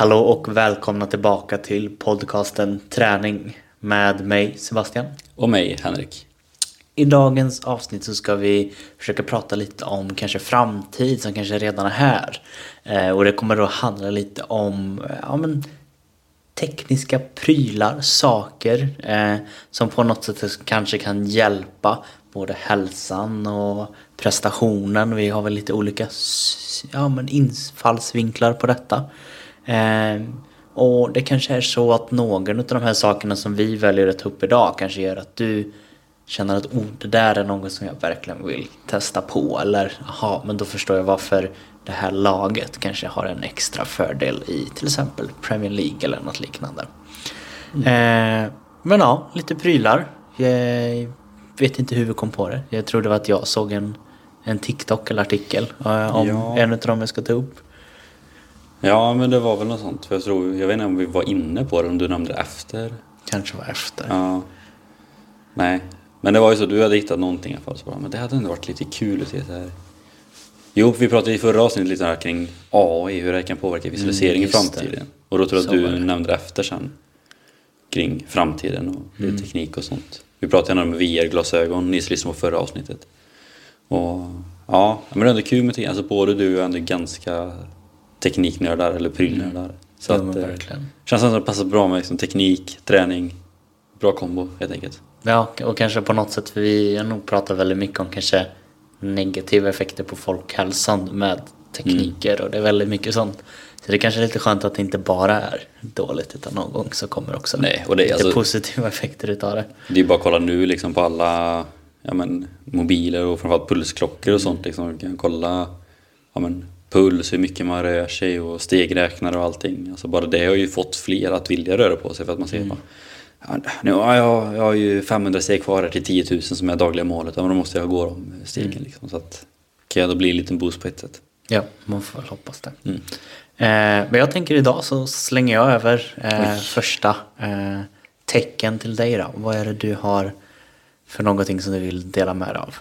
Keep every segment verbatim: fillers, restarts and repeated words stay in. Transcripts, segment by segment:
Hallå och välkomna tillbaka till podcasten Träning med mig Sebastian. Och mig Henrik. I dagens avsnitt så ska vi försöka prata lite om kanske framtid som kanske redan är här. Eh, och det kommer då handla lite om ja, men, tekniska prylar, saker eh, som på något sätt kanske kan hjälpa både hälsan och prestationen. Vi har väl lite olika ja, men infallsvinklar på detta. Eh, och det kanske är så att någon av de här sakerna som vi väljer att ta upp idag kanske gör att du känner att oh, det där är något som jag verkligen vill testa på. Eller aha, men då förstår jag varför det här laget kanske har en extra fördel i till exempel Premier League eller något liknande. Mm. Eh, men ja, lite prylar. Jag vet inte hur vi kom på det. Jag tror det var att jag såg en, en TikTok eller artikel eh, om ja. en av dem jag ska ta upp. Ja, men det var väl något sånt. För jag tror, jag vet inte om vi var inne på det, om du nämnde efter. Kanske var efter. Ja. Nej, men det var ju så, du hade hittat någonting i alla fall. Så bara, men det hade ändå varit lite kul att se så här. Jo, vi pratade i förra avsnittet lite här kring A I, hur det kan påverka visualisering mm, i framtiden. Det. Och då tror jag att du nämnde efter sen. Kring framtiden och mm. teknik och sånt. Vi pratade om V R-glasögon, ni lyssnade på förra avsnittet. Och ja, men det är ändå kul med det. Alltså både du och ändå ganska tekniknördar eller prylnördar. Mm. Så ja, att det verkligen. Känns som att det passar bra med liksom, teknik, träning, bra kombo helt enkelt. Ja, och kanske på något sätt, för vi har nog pratat väldigt mycket om kanske negativa effekter på folkhälsan med tekniker mm. och det är väldigt mycket sånt. Så det är kanske är lite skönt att det inte bara är dåligt utan någon gång så kommer också Nej, och det är lite alltså, positiva effekter utav det. Det är bara att kolla nu liksom på alla ja, men, mobiler och framförallt pulsklockor och sånt. Liksom. Man kan kolla ja, men, puls, hur mycket man rör sig och stegräknare och allting. Alltså bara det har ju fått fler att vilja röra på sig för att man ser mm. bara, ja, nu, ja, jag, jag har ju femhundra steg kvar här till tio tusen som är dagliga målet. Ja, men då måste jag gå de stegen mm. liksom, så att kan jag då bli en liten boost på ett sätt. Ja, man får väl hoppas det. Mm. Eh, men jag tänker idag så slänger jag över eh, första eh, tecken till dig då. Vad är det du har för någonting som du vill dela med dig av?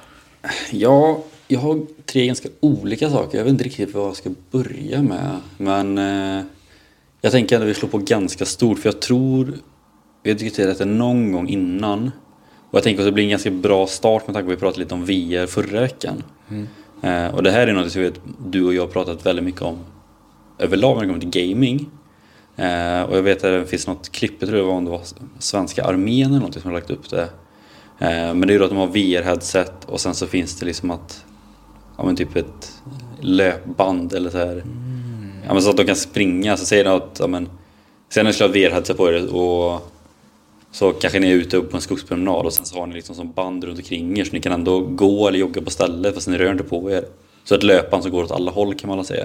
Ja, jag har tre ganska olika saker. Jag vet inte riktigt vad jag ska börja med. Men eh, jag tänker att vi slår på ganska stort. För jag tror, vi har diskuterat det någon gång innan. Och jag tänker att det blir en ganska bra start med tanke på att vi pratade lite om V R förra veckan. Mm. Eh, och det här är något som vet, du och jag har pratat väldigt mycket om överlag när det kommer till gaming. Eh, och jag vet att det finns något klipp, jag tror det var om det var svenska armén eller något som har lagt upp det. Eh, men det är ju då att de har V R-headset och sen så finns det liksom att ja men typ ett löpband eller så här. Mm. Ja men så att de kan springa, så säger de att ja men sen när ni slår V R-headset på er och så kanske ni är ute upp på en skogspromenad och sen så har ni liksom som band runt omkring er så ni kan ändå gå eller jogga på stället fast ni rör inte på er. Så ett löpband som går åt alla håll kan man alla säga.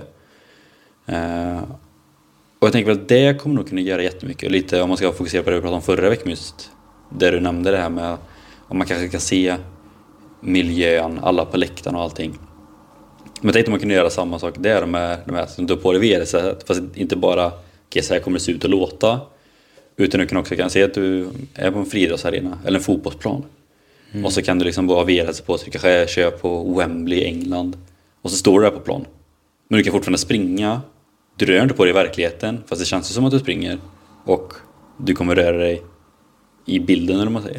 Uh, och jag tänker väl att det kommer nog kunna göra jättemycket. Lite om man ska fokusera på det vi pratade om förra veckan just. Där du nämnde det här med om man kanske kan se miljön, alla på läktaren och allting. Men jag tänkte man kunde göra samma sak där med de här som du på det V R. Fast inte bara okay, så här kommer det se ut och låta. Utan du kan också kan se att du är på en friidrottsarena eller en fotbollsplan. Mm. Och så kan du liksom bara V R på att du kanske kör på Wembley i England. Och så står du där på plan. Men du kan fortfarande springa. Du rör inte på dig i verkligheten. Fast det känns som att du springer. Och du kommer röra dig i bilden eller vad man säger.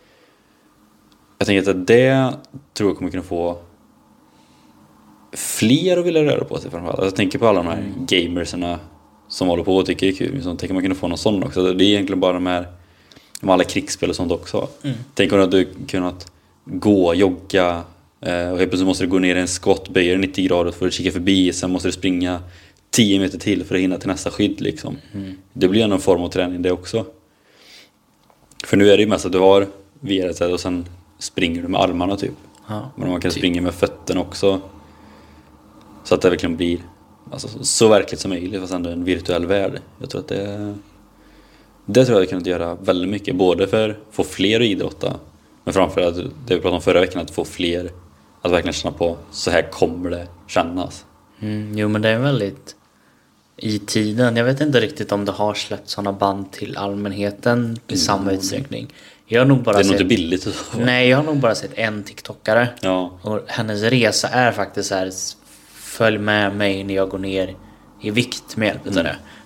Jag tänker att det tror jag kommer kunna få fler att vilja röra på sig framförallt. Jag tänker på alla de här mm. gamerserna som håller på och tycker det är kul. Så tänker man kunna få någon sån också. Det är egentligen bara de här de alla krigsspel och sånt också. Mm. Tänk om att du kunnat gå, jogga och helt plötsligt måste du gå ner i en skott, böja nittio grader för att kika förbi. Sen måste du springa tio meter till för att hinna till nästa skydd liksom. Mm. Det blir en form av träning det också. För nu är det ju mest att du har V R och sen springer du med armarna typ. Ja, men man kan typ springa med fötterna också. Så att det verkligen blir alltså, så verkligt som möjligt fast ändå en virtuell värld. Jag tror att det det tror jag kan göra väldigt mycket. Både för att få fler att idrotta. Men framförallt det vi pratade om förra veckan att få fler att verkligen känna på så här kommer det kännas. Mm, jo men det är väldigt i tiden. Jag vet inte riktigt om det har släppt sådana band till allmänheten i mm. samma utsträckning. Jag har nog bara det är sett, nog inte billigt. Nej, jag har nog bara sett en TikTokare. Ja. Och hennes resa är faktiskt så här: följ med mig när jag går ner i vikt med hjälp av mm. det.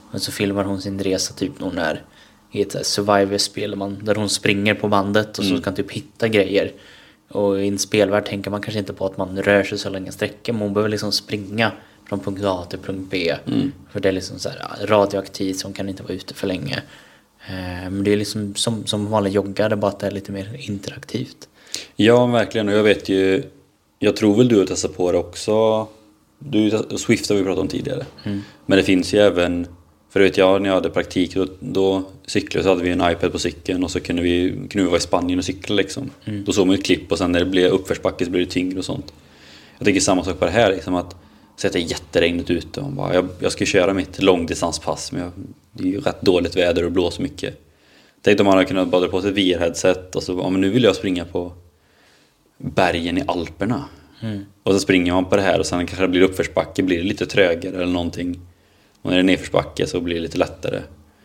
Och så filmar hon sin resa typ när hon är i ett survivor-spel där, man, där hon springer på bandet och så ska typ hitta grejer. Och i en spelvärld tänker man kanske inte på att man rör sig så länge sträckor, men hon behöver liksom springa från punkt A till punkt B. Mm. För det är liksom så här radioaktivt, så hon kan inte vara ute för länge. Eh, men det är liksom som, som vanlig joggare, bara att det är lite mer interaktivt. Ja, verkligen. Och jag vet ju, jag tror väl du har testat på det också. Du, Swift har vi pratat om tidigare. Mm. Men det finns ju även, för vet jag, när jag hade praktik då, då cyklade så hade vi en iPad på cykeln och så kunde vi, kunde vi vara i Spanien och cykla liksom. Mm. Då såg man ett klipp och sen när det blev uppförsbacke så blev det tyngre och sånt. Jag tänker samma sak på det här liksom, att så att det är jätteregnigt ute och bara, jag, jag ska köra mitt långdistanspass, men jag, det är ju rätt dåligt väder och blåser mycket. Tänk om man hade kunnat badra på sig ett V R-headset och så, ja, men nu vill jag springa på bergen i Alperna. Mm. Och så springer man på det här och sen kanske det blir uppförsbacke, blir det lite trögare eller någonting. Och när det är nedförsbacke så blir det lite lättare.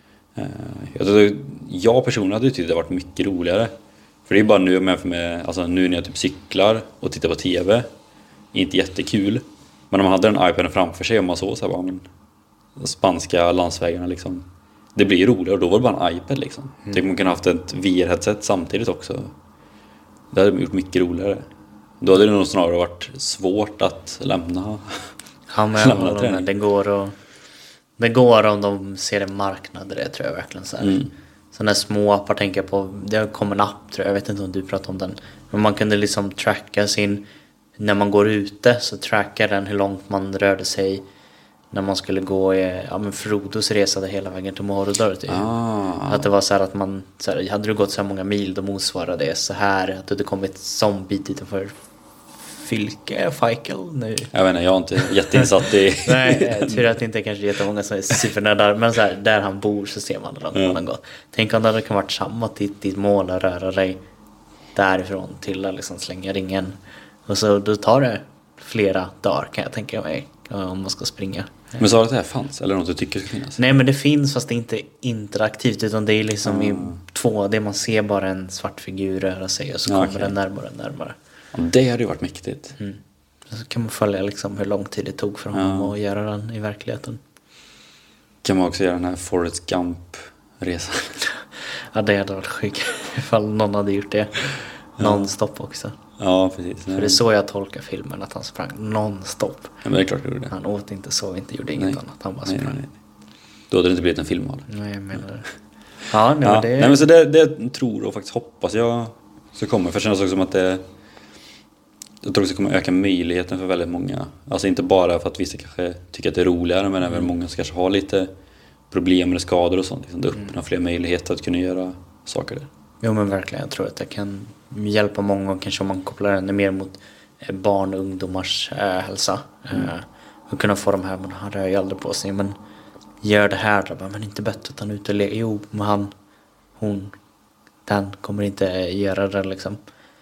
Jag, tror, jag personligen hade tyckt det varit mycket roligare. För det är bara nu med för mig, alltså nu när jag typ cyklar och tittar på tv, inte jättekul. Men om man hade en iPad framför sig och man såg så här, bara, men, spanska landsvägarna liksom, det blir roligare och då var det bara en iPad liksom. Mm. Tänk man kunde haft ett V R-headset samtidigt också. Det hade gjort mycket roligare. Då hade det nog snarare varit svårt att lämna. Ja, men lämna träning. Det går och det går om de ser en marknad, det tror jag verkligen så här. Mm. Sådana där små appar tänker jag på. Det kom en app tror jag, jag vet inte om du pratar om den. Men man kunde liksom tracka sin, när man går ute så trackar den hur långt man rörde sig när man skulle gå i, ja men Frodos resade hela vägen till Mordor typ. Ah. Att det var så här att man så här, hade du gått så här många mil då motsvarade det så här att du hade kommit som bit utanför Fylke, Feikel nu. Jag vet inte, jag är inte jätteinsatt i... Nej, tur att det inte är kanske jättemånga som är supernördar. Men så här, där han bor så ser man att man har gått. Tänk om det hade kan varit samma till ditt mål att röra dig därifrån till att liksom slänga ringen. Och så då tar det flera dagar kan jag tänka mig om man ska springa. Men sa du att det här fanns? Eller något du tycker ska finnas? Nej, men det finns fast det är inte interaktivt utan det är liksom mm. i två D. Man ser bara en svart figur röra sig och så kommer okay. den närmare och närmare. Det hade ju varit mäktigt. Mm. Så kan man följa liksom hur lång tid det tog för honom ja. att göra den i verkligheten. Kan man också göra den här Forrest Gump-resan? Ja, det hade varit sjukt ifall någon hade gjort det. Non-stop också. Ja, precis. För det är så jag tolkar filmen, att han sprang non-stop. Ja, men det är klart det gjorde det. Han åt inte, så inte, gjorde inget nej. annat. Han bara sprang. Nej, nej, nej. Då hade det inte blivit en film av det. Nej, jag menar det. Ja, nej, ja. det... nej men så det, det tror och faktiskt hoppas jag ska komma. För det känns också som att det... Jag tror också det kommer öka möjligheten för väldigt många. Alltså inte bara för att vissa kanske tycker att det är roligare, men även mm. många som kanske har lite problem eller skador och sånt. Liksom det öppnar mm. fler möjligheter att kunna göra saker där. Jo, men verkligen. Jag tror att det kan hjälpa många, kanske om man kopplar det mer mot barn och ungdomars äh, hälsa. Mm. Äh, och kunna få de här, men han rör ju aldrig på sig, men gör det här då, men inte bättre att han är ute och leker. Jo, men han, hon, den kommer inte göra det liksom.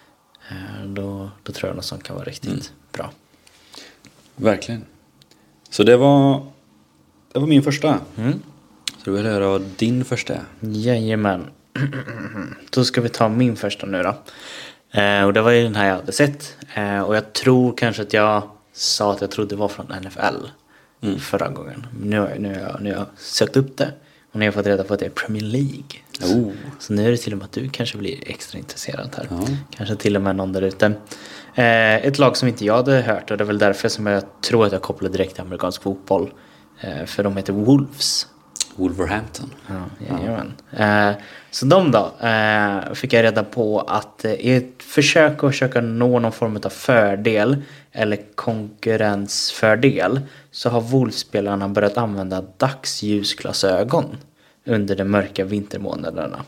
Då, då tror jag något som kan vara riktigt mm. bra. Verkligen. Så det var det var min första. Mm. Så du vill höra vad din första är? Jajamän. Då ska vi ta min första nu då. Eh, och det var ju den här jag hade sett. Eh, och jag tror kanske att jag sa att jag trodde det var från N F L mm. förra gången. Nu har jag, nu har jag, nu har jag sökt upp det. Och nu har jag fått reda på att det är Premier League. Oh. Så nu är det till och med att du kanske blir extra intresserad här. Ja. Kanske till och med någon där ute. Eh, ett lag som inte jag hade hört. Och det är väl därför som jag tror att jag kopplar direkt till amerikansk fotboll. Eh, för de heter Wolves. Wolverhampton. Ja, jajamän. Ja. Eh, så de då eh, fick jag reda på att eh, i ett försök att försöka nå någon form av fördel eller konkurrensfördel så har Wolves-spelarna börjat använda dagsljusglasögon under de mörka vintermånaderna.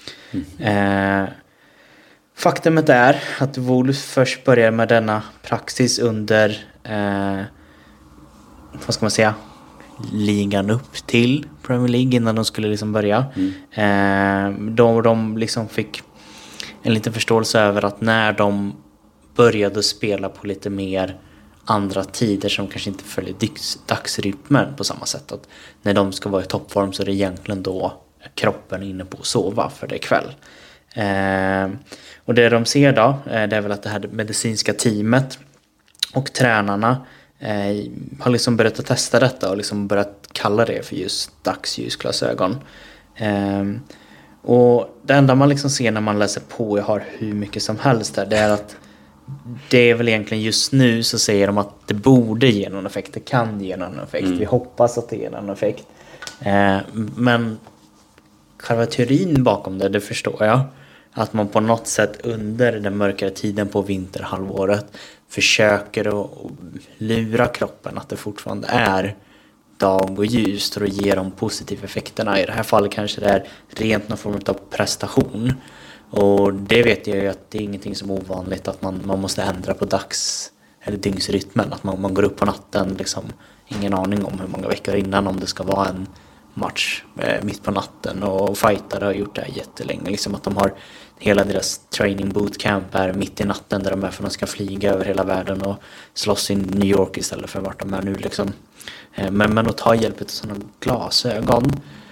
Mm. Eh, faktumet är att Wolves först började med denna praxis under eh, vad ska man säga, ligan upp till Premier League innan de skulle liksom börja. Mm. Eh, de, de liksom fick en liten förståelse över att när de började spela på lite mer andra tider som kanske inte följer dagsrytmen på samma sätt, att när de ska vara i toppform så är det egentligen då kroppen är inne på att sova för det är kväll. Eh, och det de ser då, eh, det är väl att det här medicinska teamet och tränarna eh, har liksom börjat att testa detta och liksom börjat kalla det för just dagsljusglasögon. Eh, och det enda man liksom ser när man läser på, jag har hur mycket som helst där, det är att det är väl egentligen just nu så säger de att det borde ge någon effekt, det kan ge någon effekt. Mm. Vi hoppas att det ger någon effekt. Eh, men själva teorin bakom det, det förstår jag. Att man på något sätt under den mörkare tiden på vinterhalvåret försöker att lura kroppen att det fortfarande är dag och ljus för att ge de positiva effekterna. I det här fallet kanske det är rent någon form av prestation. Och det vet jag ju att det är ingenting som är ovanligt, att man, man måste ändra på dags eller dygnsrytmen. Att man, man går upp på natten, liksom, ingen aning om hur många veckor innan, om det ska vara en match eh, mitt på natten. Och fightare har gjort det här jättelänge. Liksom att de har hela deras training bootcamp är mitt i natten där de är för att de ska flyga över hela världen och slåss i New York istället för vart de är nu. Liksom. Eh, men, men att ta hjälp av sådana glasögon,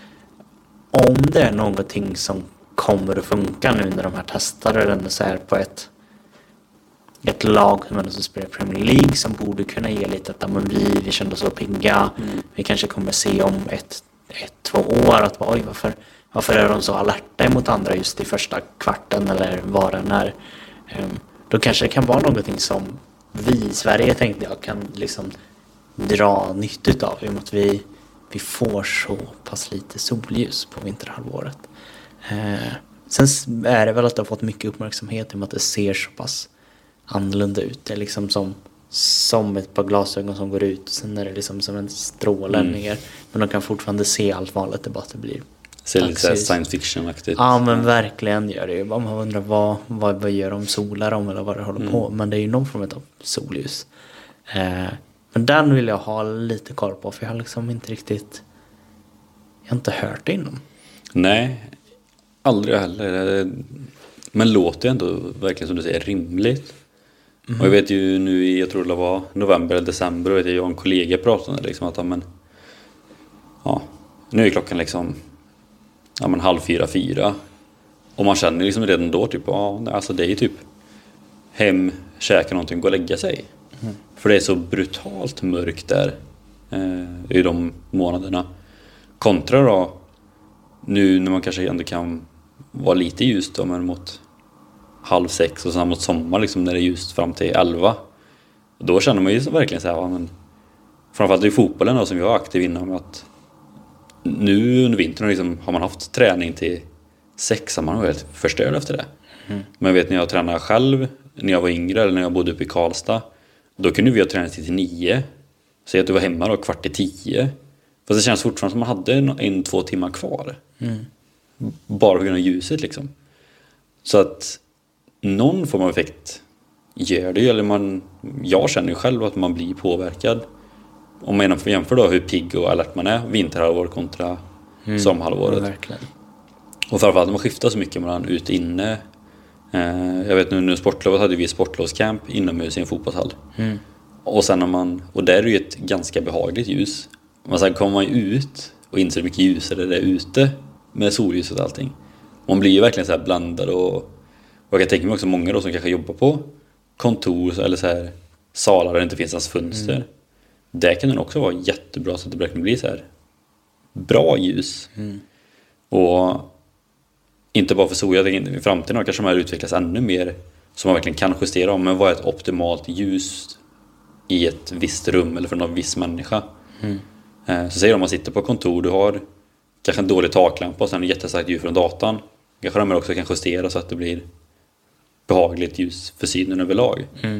om det är någonting som kommer att funka nu när de här testade den så här på ett ett lag som spelar Premier League som borde kunna ge lite att vi, vi kände oss så pigga. Mm. Vi kanske kommer se om ett, ett två år att oj, varför, varför är de så alerta mot andra just i första kvarten eller vad den är. Um, då kanske det kan vara någonting som vi i Sverige, tänkte jag, kan liksom dra nytta av i och med att vi, vi får så pass lite solljus på vinterhalvåret. Uh, sen är det väl att det har fått mycket uppmärksamhet i och med att det ser så pass annorlunda ut. Det är liksom som, som ett par glasögon som går ut och sen är det liksom som en stråle mm. ner. Men de kan fortfarande se allt vanligt, det bara att det blir ser lite science fiction-aktigt. Ja, men ja. Verkligen gör det ju. Man undrar vad, vad, vad gör de, solar de eller vad det håller mm. på. Men det är ju någon form av solljus. Eh, men den vill jag ha lite koll på, för jag har liksom inte riktigt, jag har inte hört det innan. Nej, aldrig heller. Men låter ändå verkligen, som du säger, rimligt. Mm. Och jag vet ju nu i, jag tror det var november eller december, och vet jag, jag och en kollega pratade liksom att, ja men, ja, nu är klockan liksom, ja men halv fyra, fyra. Och man känner liksom redan då typ, ja alltså det är ju typ hem, käka någonting, gå och lägga sig. Mm. För det är så brutalt mörkt där eh, i de månaderna. Kontra då, nu när man kanske ändå kan vara lite ljust då, men mot halv sex och sen mot sommar liksom, när det är ljust fram till elva. Då känner man ju verkligen så här, ja, men framförallt i fotbollen då, som jag är aktiv inom, att nu under vintern liksom, har man haft träning till sex, man var helt förstörd efter det. Mm. Men jag vet när jag tränade själv, när jag var yngre eller när jag bodde uppe i Karlstad, då kunde vi ha tränat till nio. Säg att du var hemma då kvart i tio. Fast det känns fortfarande som man hade en, en två timmar kvar. Mm. Bara på grund av ljuset liksom. Så att någon form av effekt gör det ju, eller man, jag känner ju själv att man blir påverkad. Om man jämför då hur pigg och alert man är vinterhalvår kontra mm, sommarhalvåret. Verkligen. Och framförallt man skiftar så mycket mellan ute och inne. Eh, jag vet nu under sportlovet hade vi sportlovscamp inomhus i en fotbollshall. Mm. Och sen när man, och där är det ju ett ganska behagligt ljus. Men sen kommer man ju ut och inser hur mycket ljus det är ute med solljuset och allting. Man blir ju verkligen så här blandad, och, och jag kan tänka mig också många då som kanske jobbar på kontor eller så här salar där det inte finns ens fönster. Mm. Där kan den också vara jättebra så att det verkligen blir så här bra ljus. Mm. Och inte bara för sol, jag tänker i framtiden kanske de här utvecklas ännu mer så man verkligen kan justera om, men vad är ett optimalt ljus i ett visst rum eller för någon viss människa. Mm. Så säger de, om man sitter på kontor, du har kanske en dålig taklampa och sen en jättestarkt ljus från datan. Kanske de också kan justera så att det blir behagligt ljus för synen överlag. Mm.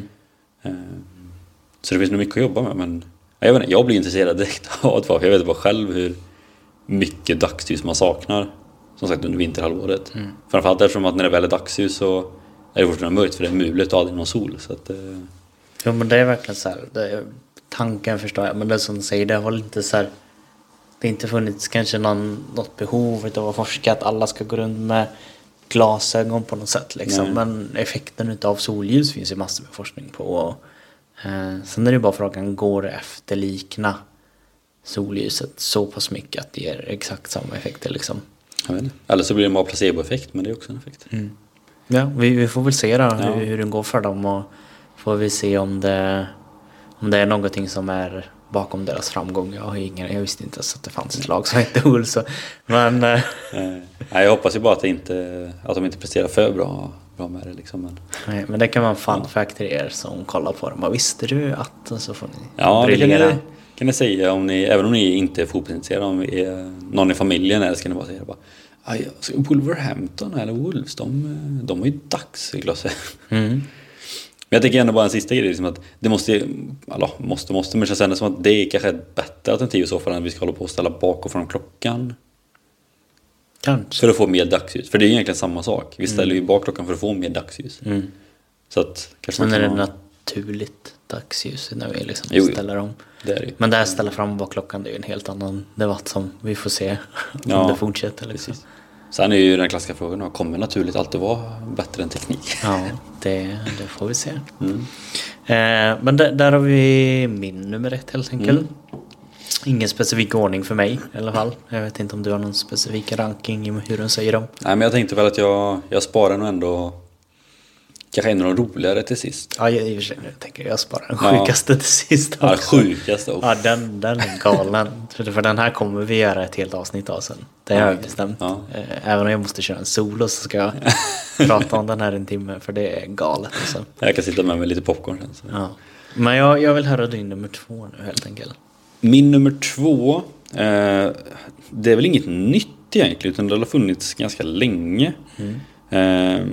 Så det finns nog mycket att jobba med, men jag, vet inte, jag blir intresserad direkt av det, för jag vet bara själv hur mycket dagsljus man saknar, som sagt, under vinterhalvåret. Mm. Framförallt eftersom att när det väl är dagsljus så är det fortfarande mörkt, för det är mulet och aldrig någon sol. Så att, eh... Jo, men det är verkligen så här, det är, tanken förstår jag, men det som du säger, det har väl inte så här, det har inte funnits kanske någon, något behov av att forska att alla ska gå runt med glasögon på något sätt liksom. Men effekten av solljus finns ju massor med forskning på, och eh, sen är det bara frågan, går det efterlikna solljuset så pass mycket att det ger exakt samma effekter liksom. Jag vet inte. Eller så blir det bara placeboeffekt, men det är också en effekt. Mm. Ja, vi, vi får väl se då, ja. hur, hur det går för dem, och får vi se om det, om det är någonting som är bakom deras framgång. Jag har ingen, jag visste inte ens att det fanns ett lag som hette Hull. Så. Men, eh. Nej, jag hoppas ju bara att, det inte, att de inte presterar för bra, bra med det. Liksom. Men, Nej, men det kan vara fun fact till er som kollar på dem. Visste du att? Så får ni ja, det kan briljera. ni, kan ni säga. Om ni, även om ni inte är fotbollsintresserade, om är, någon i familjen är, så kan ni bara säga bara, aj, Wolverhampton eller Wolves, de, de är ju dagsklasse. Mm. Men jag tänker ändå bara en sista grej, liksom att det måste, alltså, måste, måste, men det känns ändå som att det är kanske ett bättre alternativ i så fall än att vi ska hålla på och ställa bak och fram klockan. Kanske. För att få mer dagsljus. För det är egentligen samma sak. Vi ställer mm. ju bak klockan för att få mer dagsljus. Mm. Så att kanske men är det ha... naturligt dagsljus när vi liksom jo, ställer om? Det är det. Men det här ställa fram bak klockan, det är ju en helt annan debatt som vi får se om ja, det fortsätter. Liksom. Sen är ju den klassiska frågan, kommer naturligt alltid vara bättre än teknik? Ja, det, det får vi se. Mm. Eh, men där, där har vi min nummer ett helt enkelt. Mm. Ingen specifik ordning för mig i alla fall. Jag vet inte om du har någon specifik ranking i hur den säger dem. Nej, men jag tänkte väl att jag, jag sparar nog ändå kanske en av de roligare till sist. Ja, i och för sig nu tänker jag, jag sparar den sjukaste ja. till sist. Ja, sjukaste också. Ja, den, den är galen. för, för den här kommer vi göra ett helt avsnitt av sen. Det har jag bestämt. Ja. Även om jag måste köra en solo så ska jag prata om den här en timme. För det är galet. Alltså. Jag kan sitta med med lite popcorn sen. Så. Ja. Men jag, jag vill höra din nummer två nu helt enkelt. Min nummer två, eh, det är väl inget nytt egentligen, utan det har funnits ganska länge. Mm. Eh,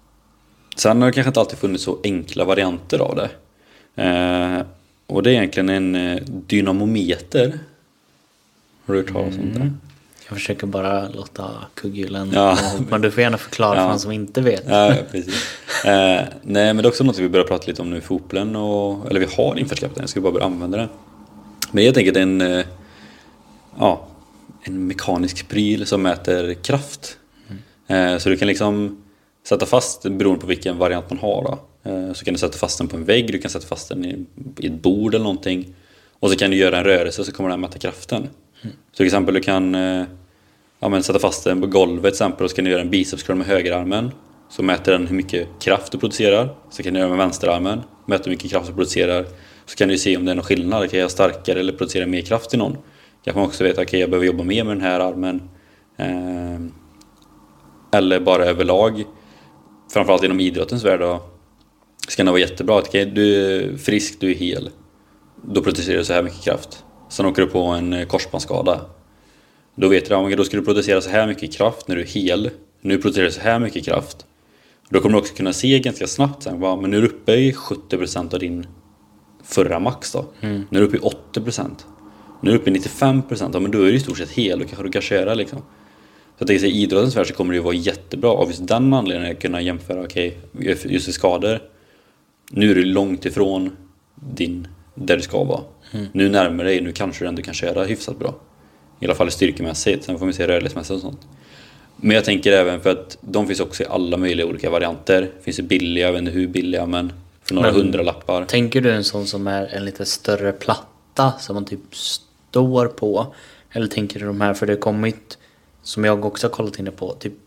sen har det kanske inte alltid funnits så enkla varianter av det. Eh, och det är egentligen en eh, dynamometer. Har du hört talas om det? Jag försöker bara låta kugghjulen ja. Men du får gärna förklara ja. för någon som inte vet. Ja, precis. eh, nej, men det är också något vi börjar prata lite om nu i fotbollen. Och, eller vi har införskaffat den, jag ska bara börja använda det. Men jag tänker att det är en, eh, ja, en mekanisk pryl som mäter kraft. Mm. Eh, så du kan liksom sätta fast, beroende på vilken variant man har då. Eh, så kan du sätta fast den på en vägg, du kan sätta fast den i, i ett bord eller någonting. Och så kan du göra en rörelse så kommer den mäta kraften. Mm. Så till exempel du kan eh, ja, men sätta fast den på golvet till exempel, och så kan du göra en biceps curl med högerarmen. Så mäter den hur mycket kraft du producerar. Så kan du göra med vänsterarmen, mäter hur mycket kraft du producerar. Så kan du se om det är någon skillnad. Kan jag starkare eller producera mer kraft i någon? Jag kan också veta att okay, jag behöver jobba mer med den här armen. Eh, eller bara överlag. Framförallt inom idrottens värld då, så kan det vara jättebra. Att okay, du är frisk, du är hel. Då producerar du så här mycket kraft. Sen åker du på en korsbandsskada. Då vet du att då ska du producera så här mycket kraft när du är hel. Nu producerar du så här mycket kraft. Då kommer du också kunna se ganska snabbt. Sen, va, men nu är du uppe i sjuttio procent av din förra max då. Mm. Nu är du uppe i åttio procent. Nu är du uppe i nittiofem procent. Ja, men då är du i stort sett hel och kanske du kan köra liksom. Så att i idrottens värld så kommer det ju vara jättebra. Av just den anledningen att kunna jämföra, okej, okay, just i skador. Nu är du långt ifrån din, där du ska vara. Mm. Nu närmar dig, nu kanske du ändå kan köra hyfsat bra. I alla fall styrkemässigt, sen får vi se rörlighetsmässigt och sånt. Men jag tänker även för att de finns också i alla möjliga olika varianter. Det finns ju billiga, jag vet inte hur billiga, men för några men, hundra lappar. Tänker du en sån som är en lite större platta som man typ står på? Eller tänker du de här, för det har kommit, som jag också har kollat inne på, typ,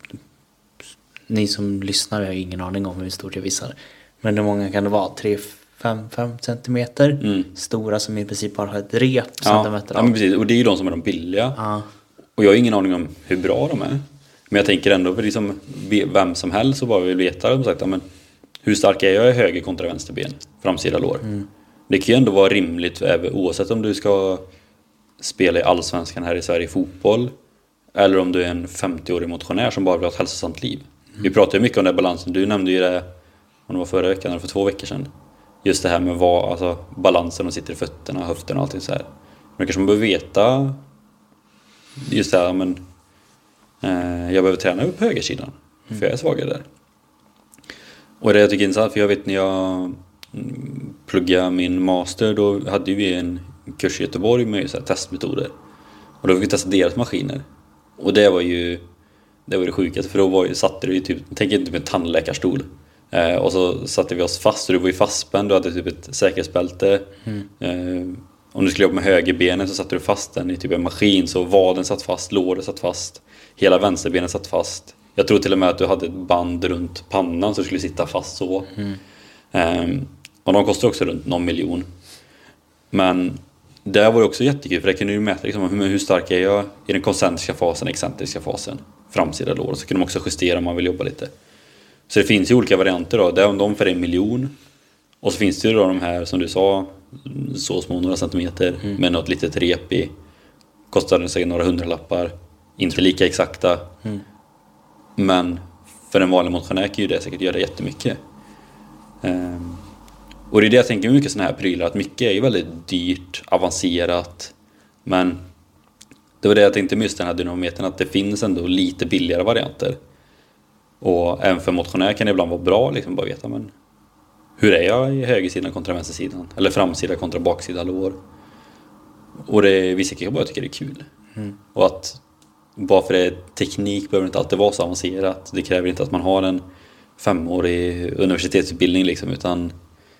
ni som lyssnar har ingen aning om hur stort jag visar. Men hur många kan det vara? tre fem centimeter mm. stora som i princip bara har ett rep ja, centimeter ja, men precis. Och det är ju de som är de billiga. Ja. Och jag har ingen aning om hur bra de är. Men jag tänker ändå för liksom vem som helst så bara vill veta som sagt, ja, men hur stark är jag i höger kontra vänster ben, framsida lår. Mm. Det kan ju ändå vara rimligt oavsett om du ska spela i allsvenskan här i Sverige i fotboll eller om du är en femtioårig motionär som bara vill ha ett hälsosamt liv. Mm. Vi pratar ju mycket om den balansen. Du nämnde ju det om det var förra veckan eller för två veckor sedan. Just det här med vad, alltså, balansen och sitter i fötterna, höfterna och allting så här. Men kanske man behöver veta just det här, men eh, jag behöver träna upp högersidan för mm. jag är svagare där. Och det jag tycker är intressant, för jag vet när jag pluggade min master, då hade vi en kurs i Göteborg med så här testmetoder. Och då fick vi testa deras maskiner. Och det var ju det var det sjukaste, för då var ju, satte du ju typ, tänk inte med en tandläkarstol. Eh, och så satte vi oss fast, och du var ju fastspänd, du hade typ ett säkerhetsbälte. Mm. Eh, om du skulle jobba med högerbenen så satte du fast den i typ en maskin, så vaden satt fast, låret satt fast, hela vänsterbenen satt fast. Jag tror till och med att du hade ett band runt pannan så du skulle sitta fast så. Mm. Eh, och de kostar också runt någon miljon. Men där var det också jättekul, för det kunde ju mäta liksom, hur, hur stark är jag i den koncentriska fasen, excentriska fasen, framsida lår. Så kunde de också justera om man vill jobba lite. Så det finns ju olika varianter då. Det är om de för en miljon. Och så finns det ju då de här som du sa, så små några centimeter mm. med något litet rep i. Kostar säkert några hundralappar. Inte lika exakta. Mm. Men för en vanlig motionär kan ju det säkert göra jättemycket. Um, och det är det jag tänker med mycket sådana här prylar. Att mycket är ju väldigt dyrt, avancerat. Men det var det jag tänkte med just den här dynamometern. Att det finns ändå lite billigare varianter. Och även för motionär kan det ibland vara bra liksom bara veta, men hur är jag i högersidan kontra vänstersidan? Eller framsida kontra baksida lår? Och det, vissa kan bara tycka det är kul. Mm. Och att bara för det teknik behöver inte alltid vara så avancerat. Det kräver inte att man har en femårig universitetsutbildning liksom, utan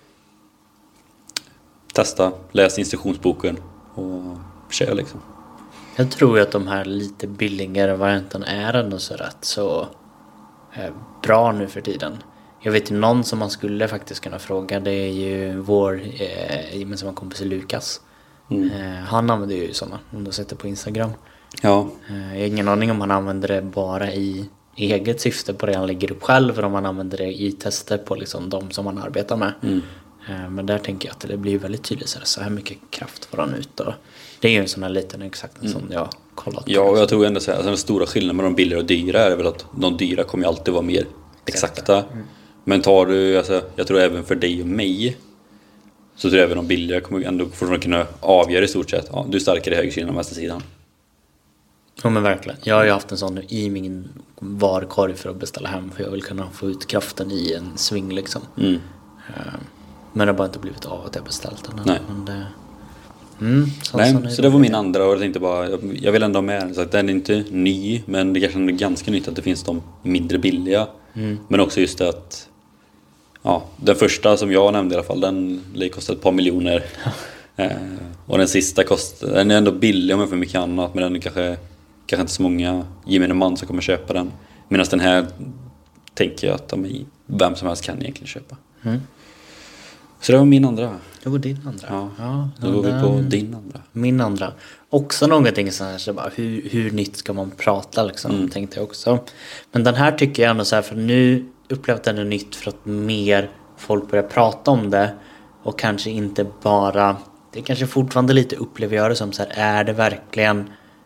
testa, läs instruktionsboken och kör liksom. Jag tror ju att de här lite billigare varianterna är ändå så rätt så eh, bra nu för tiden. Jag vet ju någon som man skulle faktiskt kunna fråga. Det är ju vår eh, gemensamma kompis Lukas. Mm. Eh, han använder ju sådana, om du har sett det på Instagram. Ja. Eh, jag har ingen aning om han använder det bara i eget syfte på det han lägger upp själv, eller om han använder det i tester på liksom de som han arbetar med. Mm. Eh, men där tänker jag att det blir väldigt tydligt så här, så här mycket kraft får han ut. Och det är ju en sån här liten exakt mm. som jag kollat på. Ja, och jag tror ändå så här, alltså den stora skillnaden med de billiga och dyra är väl att de dyra kommer ju alltid vara mer exakta. Mm. Men tar du, alltså, jag tror även för dig och mig, så tror jag även de billiga kommer ändå fortfarande kunna avgöra i stort sett. Ja, du är starkare i högersidan än vänstersidan. Ja, men verkligen. Jag har ju haft en sån i min varkorg för att beställa hem, för jag vill kunna få ut kraften i en sving liksom. Mm. Men det har bara inte blivit av att jag beställt den. Nej. Men det... Mm, så, Nej, så, så det var min andra, och jag tänkte bara, jag vill ändå ha med så att den är inte ny, men det kanske är ganska nytt att det finns de mindre billiga. Mm. Men också just det att ja, den första som jag nämnde i alla fall, den lär kosta ett par miljoner. eh, och den sista kostar, den är ändå billig om för mycket annat, men den är kanske, kanske inte så många gemene man som kommer köpa den. Medan den här tänker jag att de, vem som helst kan egentligen köpa. Mm. Så det var min andra. Det var din andra. Ja, ja då går vi på din andra. Min andra. Också någonting så här, så bara, hur, hur nytt ska man prata liksom, mm. tänkte jag också. Men den här tycker jag ändå så här, för nu upplevt den är nytt för att mer folk börjar prata om det. Och kanske inte bara, det kanske fortfarande lite upplever jag det som så här, är det verkligen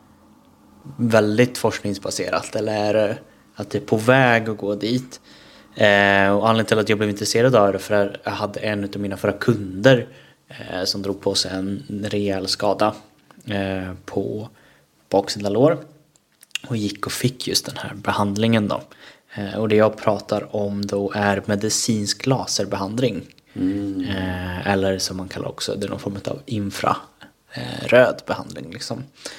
väldigt forskningsbaserat? Eller är det att det är på väg att gå dit? Eh, och anledningen till att jag blev intresserad av det, för att jag hade en av mina förra kunder eh, som drog på sig en rejäl skada eh, på baksida lår och gick och fick just den här behandlingen då. Eh, och det jag pratar om då är medicinsk laserbehandling. Mm. Eh, eller som man kallar också, det är någon form av infraröd behandling liksom.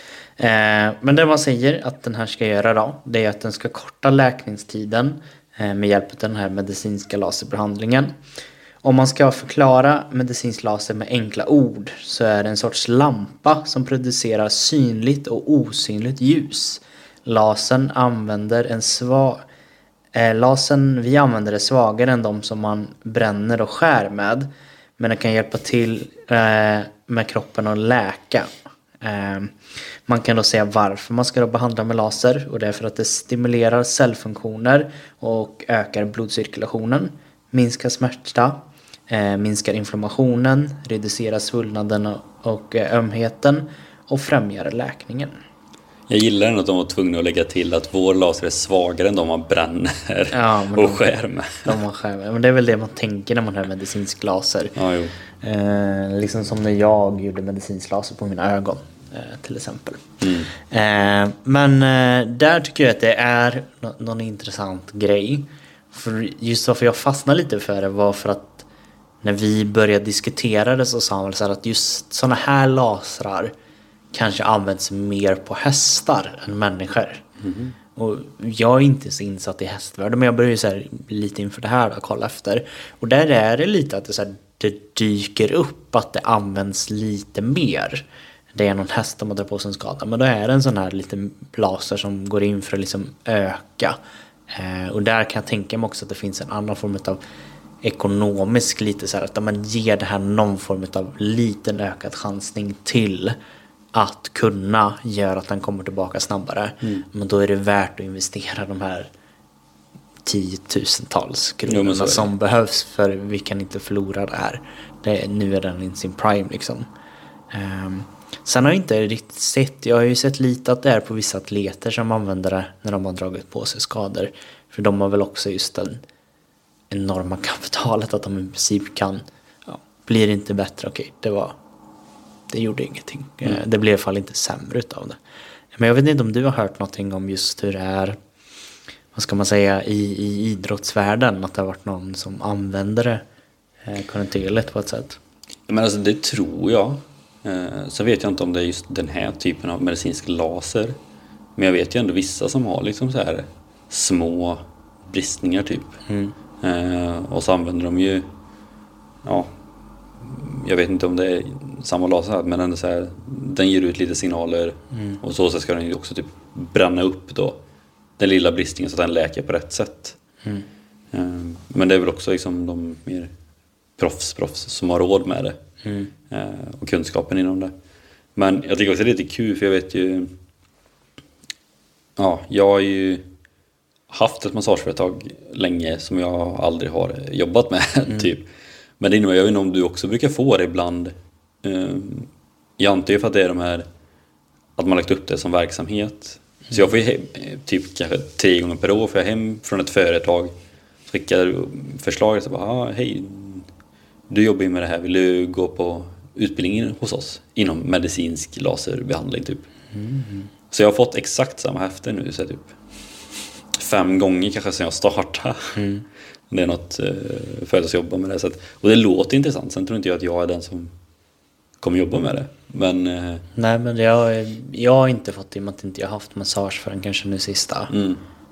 Eh, men det man säger att den här ska göra då, det är att den ska korta läkningstiden med hjälp av den här medicinska laserbehandlingen. Om man ska förklara medicinsk laser med enkla ord, så är det en sorts lampa som producerar synligt och osynligt ljus. Lasern använder en svag eh, lasern vi använder är svagare än de som man bränner och skär med, men den kan hjälpa till eh, med kroppen att läka. Eh, Man kan då säga varför man ska då behandla med laser, och det är för att det stimulerar cellfunktioner och ökar blodcirkulationen, minskar smärta, eh, minskar inflammationen, reducerar svullnaden och, och eh, ömheten och främjar läkningen. Jag gillar ändå att de var tvungna att lägga till att vår laser är svagare än de man bränner ja, och de, skär med. De man skär med. Men det är väl det man tänker när man har medicinsk laser. Ja, jo. Eh, liksom som när jag gjorde medicinsk laser på mina ögon. Till exempel. Mm. Eh, men eh, där tycker jag att det är no- någon intressant grej. För just varför jag fastnade lite för det var för att när vi började diskutera det så sa man så här att just såna här lasrar kanske används mer på hästar än människor. Mm. Och jag är inte så insatt i hästvärlden, men jag började så här lite inför det här att kolla efter. Och där är det lite att det, så här, det dyker upp att det används lite mer. Det är någon häst som har dragit på sig en skada. Men då är det en sån här liten laser som går in för att liksom öka. Eh, och där kan jag tänka mig också att det finns en annan form av ekonomisk lite så här att man ger det här någon form av liten ökad chansning till att kunna göra att den kommer tillbaka snabbare. Mm. Men då är det värt att investera de här tiotusentals kronorna jo, som behövs, för vi kan inte förlora det här. Det, nu är den i sin prime liksom. Um, sen har jag inte riktigt sett, jag har ju sett lite att det är på vissa atleter som använder det när de har dragit på sig skador. För de har väl också just den enorma kapitalet att de i princip kan, ja, blir det inte bättre, okej, det var det gjorde ingenting. Mm. Det blev i alla fall inte sämre utav det. Men jag vet inte om du har hört någonting om just hur det är, vad ska man säga, i, i idrottsvärlden, att det har varit någon som använder det eh, kontinuerligt på ett sätt. Men alltså det tror jag. Eh, så vet jag inte om det är just den här typen av medicinsk laser. Men jag vet ju ändå vissa som har liksom så här små bristningar typ. Mm. Eh, och så använder de ju, ja, jag vet inte om det är samma laser, men ändå så här, den ger ut lite signaler. Mm. Och så, så ska den ju också typ bränna upp då den lilla bristningen så att den läker på rätt sätt. Mm. Eh, men det är väl också liksom de mer proffs, proffs som har råd med det. Mm. Eh, och kunskapen inom det. Men jag tycker också det är lite kul, för jag vet ju, ja, jag har ju haft ett massageföretag länge som jag aldrig har jobbat med. Mm. typ. Men det innebär, jag vet inte om du också brukar få det ibland. Eh, jag antar ju för att det är de här, att man lagt upp det som verksamhet. Mm. Så jag får ju hem, typ kanske tre gånger per år får jag hem från ett företag, skickar förslag och bara, ah, hej, du jobbar ju med det här, vill du gå på utbildningen hos oss inom medicinsk laserbehandling typ. Mm. Så jag har fått exakt samma häfte nu, så typ fem gånger kanske sedan jag startade. Mm. Det är något eh, företag som jobbar med det. Så att, och det låter intressant. Sen tror inte jag att jag är den som kommer jobba med det. Men, eh, nej, men jag, jag har inte fått det, i och med att inte jag har haft massage förrän kanske nu sista mm.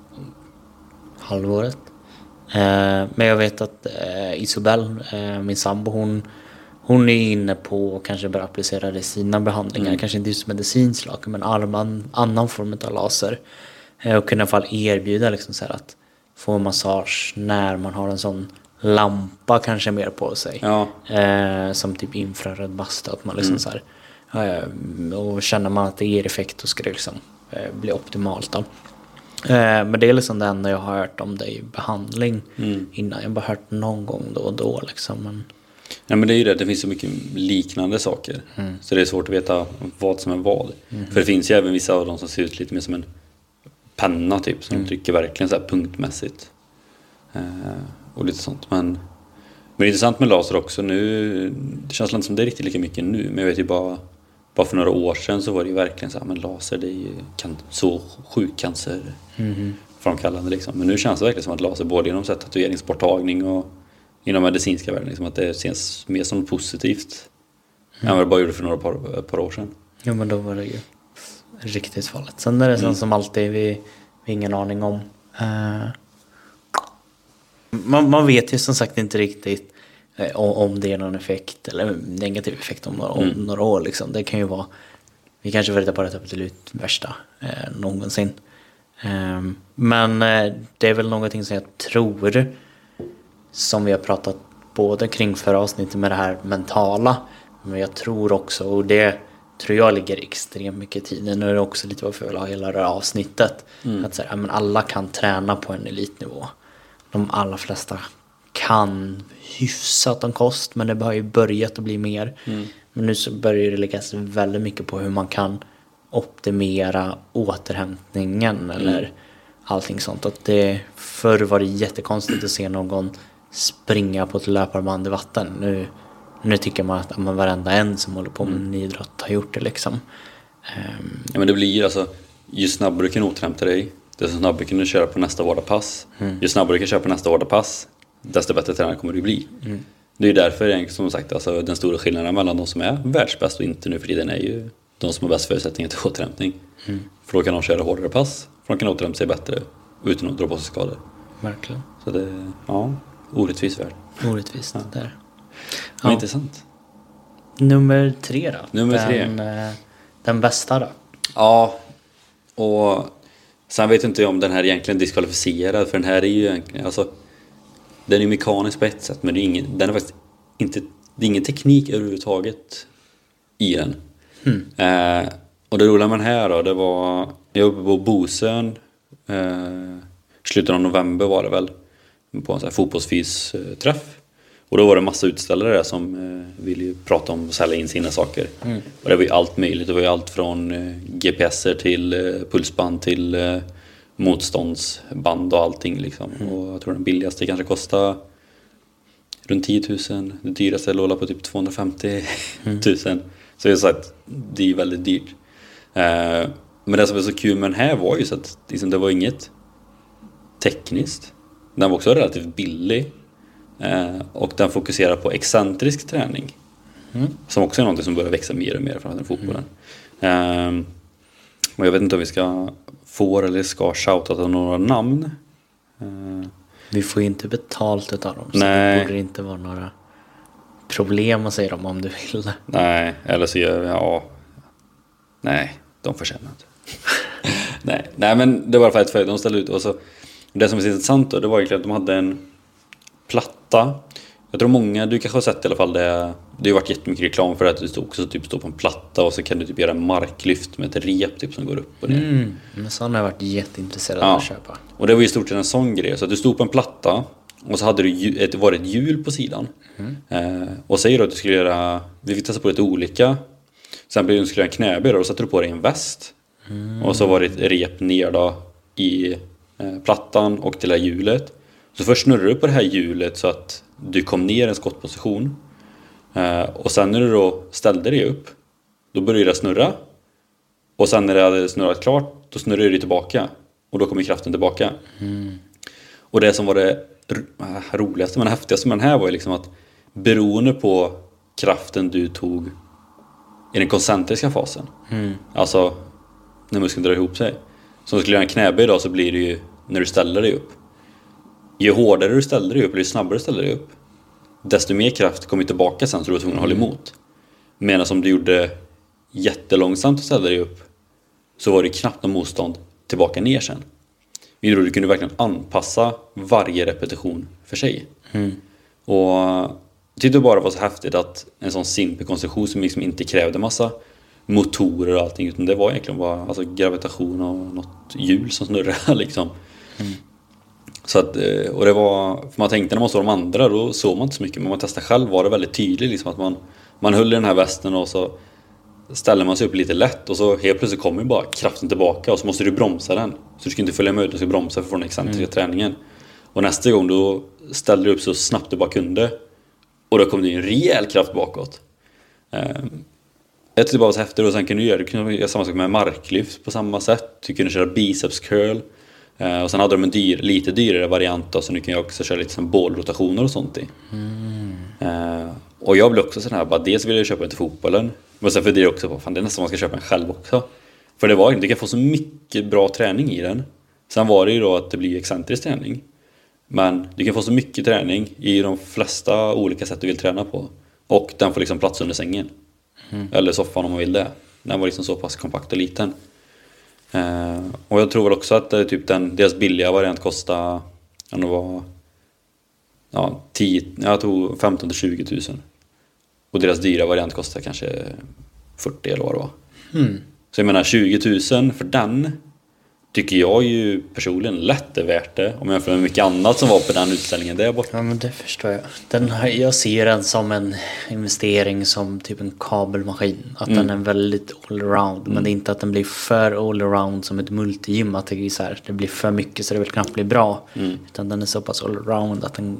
halvåret. Eh, men jag vet att eh, Isobel, eh, min sambo, hon, hon är inne på att kanske börja applicera det i sina behandlingar. Mm. Kanske inte just medicinsk laser, men annan, annan form av laser. Eh, och kunna i alla fall erbjuda liksom så här att få massage när man har en sån lampa kanske mer på sig. Ja. Eh, som typ infraröd bastu. Att man liksom mm. så här, eh, och känner man att det ger effekt, då ska det liksom eh, bli optimalt då. Eh, men det är liksom det enda jag har hört om det i behandling mm. innan. Jag har bara hört någon gång då och då liksom. Men... Ja, men det är ju det, det finns så mycket liknande saker. Mm. Så det är svårt att veta vad som är vad. Mm. För det finns ju även vissa av dem som ser ut lite mer som en penna typ, som mm. trycker verkligen så här punktmässigt. Eh, och lite sånt. Men, men det är intressant med laser också nu. Det känns inte som det är riktigt lika mycket nu. Men jag vet ju bara, bara för några år sedan så var det ju verkligen så här, men laser, det är ju kan, så sjuk cancer mm. framkallande liksom. Men nu känns det verkligen som att laser, både inom tatueringsborttagning och inom medicinska världen, liksom, att det känns mer som positivt mm. än vad det bara gjorde för några par, par år sedan. Jo, men då var det ju riktigt farligt. Sen är det mm. som alltid vi, vi ingen aning om. Uh, man, man vet ju som sagt inte riktigt eh, om det är någon effekt eller negativ effekt om några, mm. om några år liksom. Det kan ju vara, vi kanske får reda på det absolut värsta eh, någonsin. Uh, men eh, det är väl någonting som jag tror, som vi har pratat både kring förra avsnittet med det här mentala, men jag tror också, och det tror jag ligger extremt mycket tid. Nu är det också lite varför jag vill ha hela det här avsnittet. Mm. Att så här, men alla kan träna på en elitnivå. De allra flesta kan hyfsat om kost, men det har ju börjat att bli mer. Mm. Men nu så börjar det läggas väldigt mycket på hur man kan optimera återhämtningen mm. eller allting sånt. Att det, förr var det jättekonstigt att se någon springa på ett löparband i vatten. Nu Nu tycker man att man varenda en som håller på med en idrott har gjort det liksom. Um, ja, men det blir alltså, ju snabbare du kan återhämta dig, desto snabbare kan du köra på nästa hårda pass. Mm. Ju snabbare du kan köra på nästa hårda pass, desto bättre tränare kommer du bli. Mm. Det är därför, som sagt, alltså, den stora skillnaden mellan de som är världsbäst och inte nu för tiden är ju de som har bäst förutsättningar till återhämtning. Mm. För då kan de köra hårdare pass, för de kan återhämta sig bättre utan att dra på sig skador. Verkligen. Så det, ja, orättvis värld. Orättvist, ja. Där. Ja. Intressant. Nummer tre då. Nummer tre. Den, eh, den bästa då. Ja. Och sen vet inte jag om den här är egentligen diskvalificerad. För den här är ju egentligen, alltså, den är mekanisk på ett sätt, men det är ingen, den är faktiskt inte, det är ingen teknik överhuvudtaget i den. Mm. Eh, och det roliga med den här då, det var, jag var uppe på Bosön, eh, slutet av november var det väl, på en sån här fotbollsfys-träff. Och då var det massa utställare där som eh, ville ju prata om att sälja in sina saker. Mm. Och det var ju allt möjligt. Det var ju allt från eh, G P S-er till eh, pulsband till eh, motståndsband och allting liksom. Mm. Och jag tror den billigaste kanske kostar runt tio tusen. Det dyraste låg på typ tvåhundrafemtio tusen. Mm. Så jag sa att det är väldigt dyrt. Eh, men det som var så kul med den här var ju så att liksom, det var inget tekniskt. Den var också relativt billig. Eh, och den fokuserar på excentrisk träning. Mm. Som också är något som börjar växa mer och mer framför fotbollen. Mm. Eh, och jag vet inte om vi ska få eller ska shouta till några namn. Eh, vi får ju inte betalt utav dem. Så nej. det borde inte vara några problem att säga dem om du vill. Nej, eller så gör vi, ja. Nej, de förtjänar inte. nej, nej, men det var för att de ställde ut. Och så, det som är intressant då, det var egentligen att de hade en platta. Jag tror många, du kanske har sett i alla fall det. Det har ju varit jättemycket reklam för att du också typ står på en platta och så kan du typ göra marklyft med ett rep typ som går upp och ner. Mm, men sån har jag varit jätteintresserad ja. av att köpa. Och det var ju i stort sett en sån grej. Så att du stod på en platta och så hade du ett, var det ett hjul på sidan. Mm. Eh, och säger då att du skulle göra, vi fick testa på lite olika. Sen blev du skulle göra en knäböj och då satte du på dig en väst. Mm. Och så var det ett rep ner då i eh, plattan och till det här hjulet. Så först snurrar du på det här hjulet så att du kom ner i en skottposition. Eh, och sen när du då ställde dig upp, då började det snurra. Och sen när det hade snurrat klart, då snurrade det tillbaka. Och då kommer kraften tillbaka. Mm. Och det som var det ro- roligaste men häftigaste med den här var ju liksom att beroende på kraften du tog i den koncentriska fasen. Mm. Alltså när muskeln drar ihop sig. Så om du skulle göra en knäböj då så blir det ju när du ställer dig upp. Ju hårdare du ställer dig upp eller ju snabbare du ställer dig upp, desto mer kraft kommer tillbaka sen så du var tvungen att hålla emot. Medan om du gjorde jättelångsamt och ställde dig upp så var det knappt någon motstånd tillbaka ner sen. Du kunde verkligen anpassa varje repetition för sig. Mm. Och jag tyckte bara det var så häftigt att en sån simpel konstruktion som liksom inte krävde massa motorer och allting, utan det var egentligen bara alltså gravitation och något hjul som snurrade liksom. Mm. Så att, och det var, för man tänkte när man såg de andra då såg man inte så mycket, men man testade själv var det väldigt tydligt liksom att man, man höll i den här västen och så ställer man sig upp lite lätt och så helt plötsligt kommer bara kraften tillbaka och så måste du bromsa den. Så du ska inte följa med, du ska bromsa för att få den excentriska mm. träningen. Och nästa gång då ställde du upp så snabbt du bara kunde och då kom det en rejäl kraft bakåt. Jag tyckte det bara var så häftigt och sen kunde du göra, du kunde göra samma sak med marklyft på samma sätt. Du kunde köra biceps curl. Uh, och sen hade de en dyr, lite dyrare variant då, så nu kan jag också köra lite som bålrotationer och sånt i. Mm. Uh, och jag blev också sån här, bara dels ville jag köpa den till fotbollen, men sen för det också på, fan det är nästan man ska köpa en själv också. För det var inte, du kan få så mycket bra träning i den. Sen var det ju då att det blir excentrisk träning. Men du kan få så mycket träning i de flesta olika sätt du vill träna på. Och den får liksom plats under sängen. Mm. Eller soffan om man vill det. Den var liksom så pass kompakt och liten. Uh, och jag tror väl också att uh, typ den, deras billiga variant kostar ja, det var, ja, tio, jag tog femton till tjugo tusen. Och deras dyra variant kostar kanske fyrtio eller vad det var. Mm. Så jag menar tjugo tusen för den tycker jag ju personligen lätt är värt det. Om jag jämför med mycket annat som var på den utställningen där borta. Ja, men det förstår jag. Den här, jag ser den som en investering som typ en kabelmaskin. Att mm. den är väldigt all-around. Mm. Men det är inte att den blir för all-around som ett multigym. Att det, är så här, det blir för mycket så det vill knappt bli bra. Mm. Utan den är så pass all-around att den,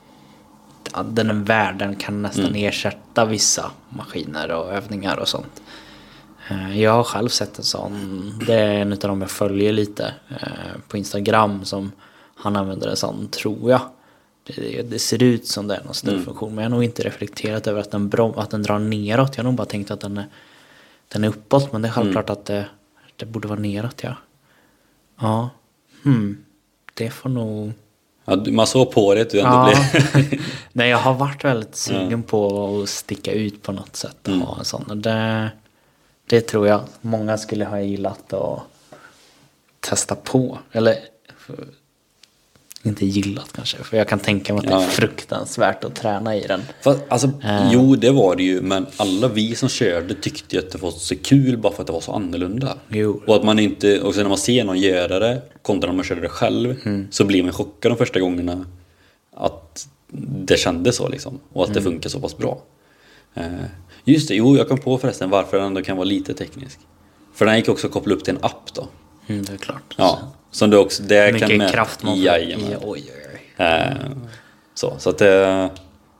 att den är värd. Den kan nästan mm. ersätta vissa maskiner och övningar och sånt. Jag har själv sett en sån. Det är en av dem jag följer lite eh, på Instagram som han använder en sån, tror jag. Det, det ser ut som det är någon större mm. funktion, men jag har nog inte reflekterat över att den, brom, att den drar neråt. Jag har nog bara tänkt att den är, den är uppåt, men det är självklart mm. att det, det borde vara neråt, ja. Ja, hmm. det får nog... Ja, man såg på det, du ändå ja. blev... Nej, jag har varit väldigt sugen ja. på att sticka ut på något sätt och mm. ha en sån. Och det... Det tror jag många skulle ha gillat att testa på. Eller inte gillat kanske. För jag kan tänka mig att Ja. det är fruktansvärt att träna i den. Fast, alltså, Eh. jo, det var det ju. Men alla vi som körde tyckte ju att det var så kul bara för att det var så annorlunda. Jo. Och att man inte, och sen när man ser någon göra det kontra när man körde det själv, Mm. så blir man chockad de första gångerna att det kändes så liksom. Och att Mm. det funkar så pass bra. Eh, just det, jo, jag kom på förresten varför den ändå kan vara lite teknisk. För den gick också att koppla upp till en app då. Mm, det är klart. Ja, som du också, det Mycket kan mäta. kraft man får. Jajamän. Ja, oj, oj, oj. Eh, så, så att det,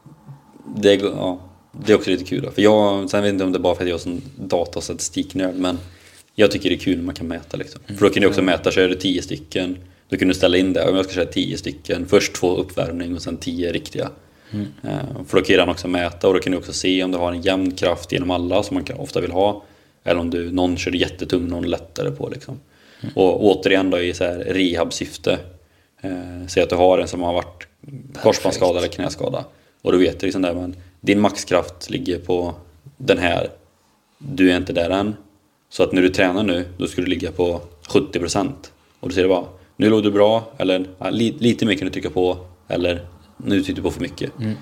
det, ja, det är också lite kul då. För jag, sen vet jag inte om det är bara för att jag är sån data- och statistiknörd, men jag tycker det är kul när man kan mäta liksom. Mm. För då kan du också mäta, kör du tio stycken, då kan du ställa in det, om jag ska köra tio stycken, först två uppvärmning och sen tio riktiga. Mm. Eh, för då kan den också mäta, och då kan du också se om du har en jämn kraft genom alla som man kan, ofta vill ha, eller om du, någon kör jättetung, någon lättare på liksom. Mm. Och återigen då i så här rehab-syfte, eh, säg att du har en som har varit korsbandsskada eller knäskada, och du vet liksom där, men din maxkraft ligger på den här, du är inte där än, så att när du tränar nu, då ska du ligga på sjuttio procent, och du ser det bara, nu låg du bra, eller ja, li, lite mycket du trycker på, eller nu trycker du på för mycket. Mm.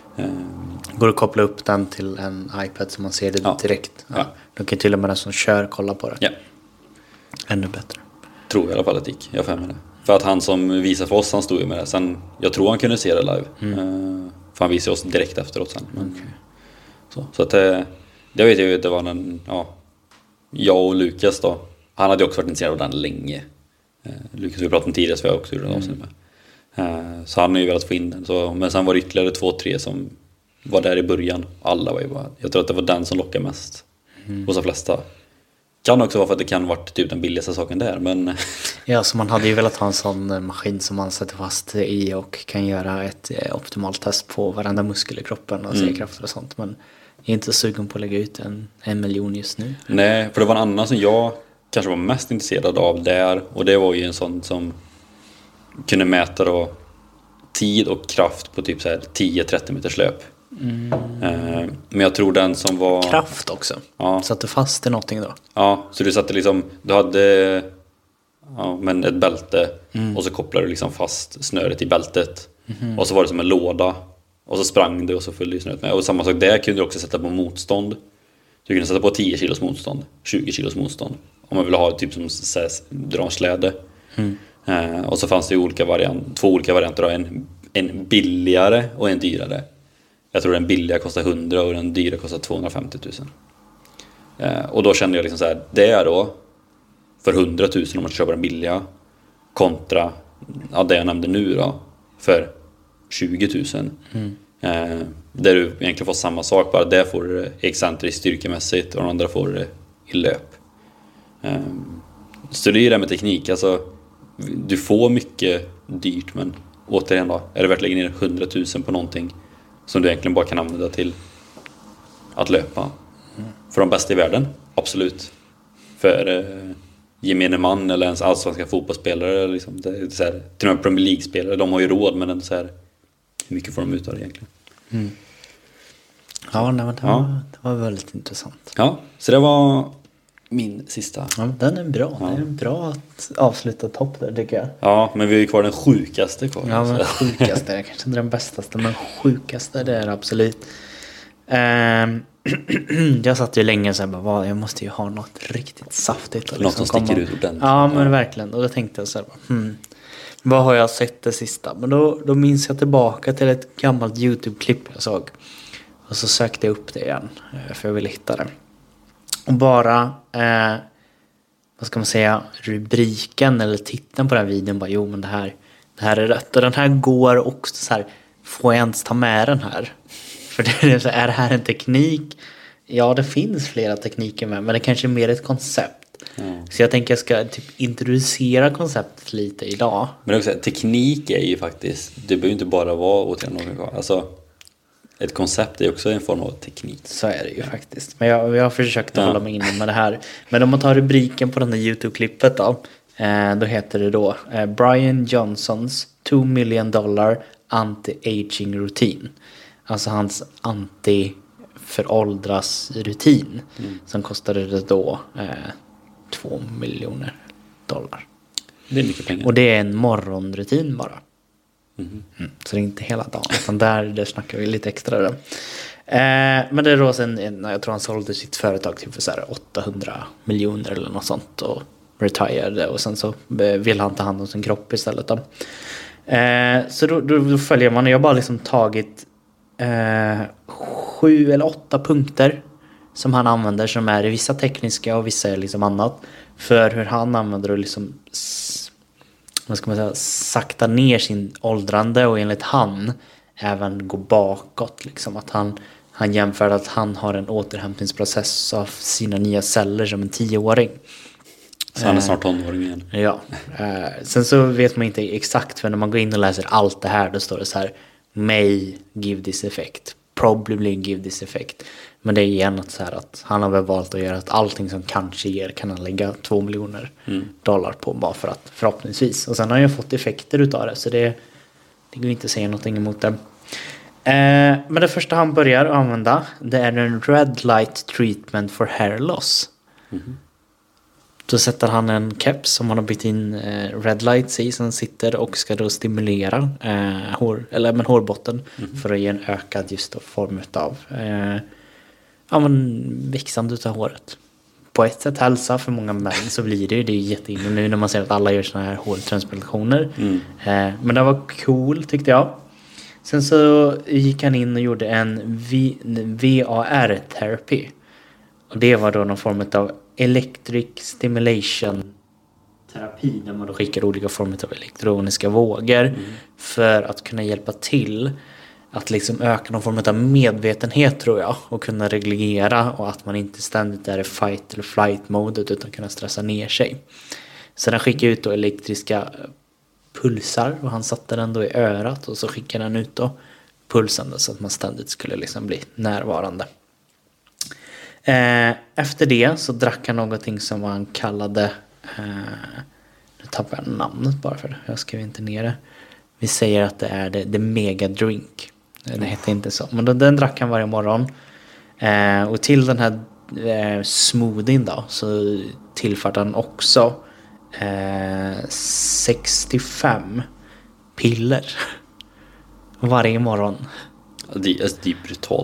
eh, Går det att koppla upp den till en iPad så man ser det Ja. direkt? Ja. Ja. Då kan till och med den som kör kolla på det. ja, Ännu bättre. tror jag i alla fall att det gick, jag får med det. För att han som visade för oss, han stod ju med det. Sen, jag tror han kunde se det live. Mm. Eh, för han visade oss direkt efteråt sen. Men, så, så att det, det vet jag ju att det var en, ja, jag och Lukas då. Han hade ju också varit intresserad av den länge. Eh, Lukas vi pratade om tidigare, så jag också gjorde en avsnitt med. Eh, så han har ju velat få in den. Så, men sen var det ytterligare två, tre som var där i början. Alla var ju bara, jag tror att det var den som lockade mest. Mm. Hos de flesta. Kan också vara för att det kan varit typ den billigaste saken där, men Ja, så man hade ju velat ha en sån eh, maskin som man sätter fast i och kan göra ett eh, optimalt test på varenda muskel i kroppen och se Mm. krafter och sånt. Men jag är inte sugen på att lägga ut en, en miljon just nu. nej, för det var en annan som jag kanske var mest intresserad av där, och det var ju en sån som kunde mäta då tid och kraft på typ så här tio till trettio meters löp. Mm. Eh, men jag tror den som var Kraft också. Ja. Satte fast i någonting då. Ja, så du satte liksom, du hade ja, men ett bälte, och så kopplade du liksom fast snöret i bältet, och så var det som en låda, och så sprang du och så följde snöret med. Och samma sak där kunde du också sätta på motstånd. Du kunde sätta på tio kilos motstånd, tjugo kilos motstånd, om man ville ha typ som så här, dra en släde. Mm. Eh, och så fanns det ju olika variant, två olika varianter, en, en billigare och en dyrare. Jag tror den billiga kostar hundra och den dyra kostar tvåhundrafemtio tusen. Eh, och då kände jag liksom så här, det är då för hundra tusen om man köper den billiga, kontra ja, det jag nämnde nu då för tjugo tusen. Mm. Eh, där du egentligen får samma sak, bara där får du excentriskt styrkemässigt och den andra får du i löp. Eh, så det är ju det med teknik, alltså du får mycket dyrt, men återigen då, är det värt att lägga ner hundra tusen på någonting som du egentligen bara kan använda till att löpa? Mm. För de bästa i världen, absolut. För eh, gemene man eller ens allsvenska fotbollsspelare, liksom, det är så här, till och med Premier League-spelare, de har ju råd, men ändå så här, hur mycket får de ut av det egentligen? Mm. Ja, nej, men det, Ja. Var, det var väldigt intressant. Ja, så det var min sista. Ja, den är bra. Ja. Det är en bra att avsluta topp där tycker jag. Ja, men vi har ju kvar den sjukaste kvar. Ja, men så. sjukaste är kanske inte den bästaste, men sjukaste det är det absolut. Ehm, jag satt ju länge så här, bara, vad, jag måste ju ha något riktigt saftigt. Och Något som komma- sticker ut ordentligt. Ja, men verkligen. Och då tänkte jag så här, bara, hmm, vad har jag sett det sista? Men då, då minns jag tillbaka till ett gammalt YouTube-klipp jag såg. Och så sökte jag upp det igen, eh, för jag ville hitta det. Och bara, eh, vad ska man säga, rubriken eller titeln på den här videon, bara jo men det här, det här är rätt. Och den här går också så här, får jag ens ta med den här? För det är så här, är det här en teknik? Ja, det finns flera tekniker med, men det kanske är mer ett koncept. Ja. Så jag tänker jag ska typ introducera konceptet lite idag. Men också, teknik är ju faktiskt, det behöver ju inte bara vara återigen någon, alltså ett koncept är också en form av teknik. Så är det ju faktiskt. Men jag, jag har försökt att Ja. hålla mig inne med det här. Men om man tar rubriken på den här YouTube-klippet då. Eh, då heter det då eh, Brian Johnsons two million dollar anti-aging routine. Alltså hans anti-föråldras rutin. Mm. Som kostade det då eh, två miljoner dollar. Det är mycket pengar. Och det är en morgonrutin bara. Mm. Mm. Så det är inte hela dagen, utan där, där snackar vi lite extra då. Eh, men det är då sen, jag tror han sålde sitt företag till för så här åttahundra miljoner eller något sånt och retired, och sen så vill han ta hand om sin kropp istället då. Eh, så då, då, då följer man, och jag har bara liksom tagit eh, sju eller åtta punkter som han använder, som är vissa tekniska och vissa är liksom annat, för hur han använder och liksom vad ska man säga, sakta ner sin åldrande, och enligt han även gå bakåt liksom, att han, han jämför att han har en återhämtningsprocess av sina nya celler som en tioåring. Så han är snart tonåring igen. Ja. Eh, sen så vet man inte exakt, för när man går in och läser allt det här, då står det så här: may give this effect, probably give this effect. Men det är igen att, så här att han har väl valt att göra att allting som kanske ger kan han lägga två miljoner mm. dollar på, bara för att förhoppningsvis. Och sen har han ju fått effekter utav det, så det, det går inte att säga någonting emot det. Eh, men det första han börjar använda, det är en red light treatment for hair loss. Mm. Då sätter han en keps som han har bytt in eh, red lights i, som sitter och ska då stimulera eh, hår, eller, men hårbotten mm. för att ge en ökad just då form utav eh, ja, men växande utav håret. På ett sätt hälsa för många män, så blir det ju det är jätteinne nu när man ser att alla gör såna här hårtransplantationer. Mm. Eh, men det var cool tyckte jag. Sen så gick han in och gjorde en V A R-terapi. Och det var då någon form av electric stimulation terapi, där man då skickar olika former av elektroniska vågor mm. för att kunna hjälpa till att liksom öka någon form av medvetenhet, tror jag, och kunna reglera, och att man inte ständigt är i fight eller flight modet utan kunna stressa ner sig. Så den skickar ut då elektriska pulsar, och han satte den då i örat, och så skickade den ut då pulsen då, så att man ständigt skulle liksom bli närvarande. Eh, efter det så drack han någonting som han kallade eh, nu tappar jag namnet bara för det, jag skrev inte ner det. Vi säger att det är det, det mega drink. Det heter inte så, men då, den drack han varje morgon. Eh, och till den här eh, smoothien då, så tillförde han också eh, sextiofem piller varje morgon. Det, alltså, det är brutalt.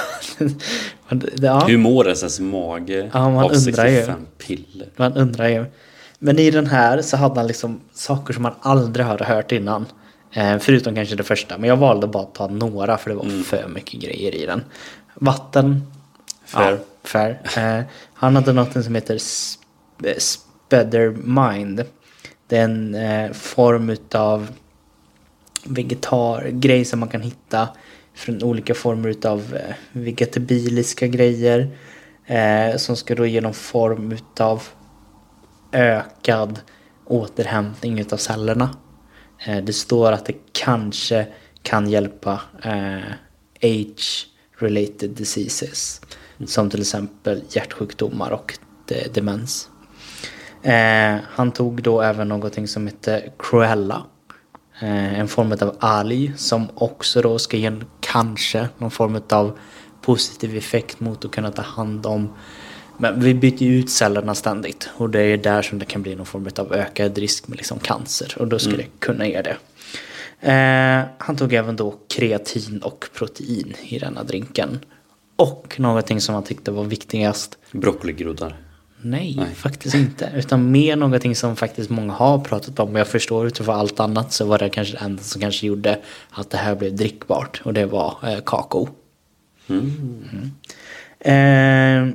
Ja. Hur mår ens mage ja, man av sextiofem ju. piller? Man undrar ju. Men i den här så hade han liksom saker som man aldrig hade hört innan. Eh, förutom kanske det första. Men jag valde bara att ta några, för det var mm. för mycket grejer i den. Vatten. Fair. Ja, fair. Eh, han hade något som heter Speder Mind. Det är en eh, form av vegetar grej som man kan hitta från olika former av eh, vegetabiliska grejer. Eh, som ska då ge någon form av ökad återhämtning utav cellerna. Eh, det står att det kanske kan hjälpa eh, age-related diseases. Mm. Som till exempel hjärtsjukdomar och de- demens. Eh, han tog då även någonting som heter Cruella. Eh, en form av alg som också då ska ge en, kanske någon form av positiv effekt mot att kunna ta hand om. Men vi byter ju ut cellerna ständigt, och det är där som det kan bli någon form av ökad risk med liksom cancer, och då skulle mm. det kunna ge det. Eh, han tog även då kreatin och protein i denna drinken. Och någonting som han tyckte var viktigast. Broccoligroddar. Nej, Nej, faktiskt inte. Utan mer någonting som faktiskt många har pratat om. Och jag förstår utifrån allt annat så var det kanske det enda som kanske gjorde att det här blev drickbart. Och det var eh, kakao. Mm. Mm. Eh,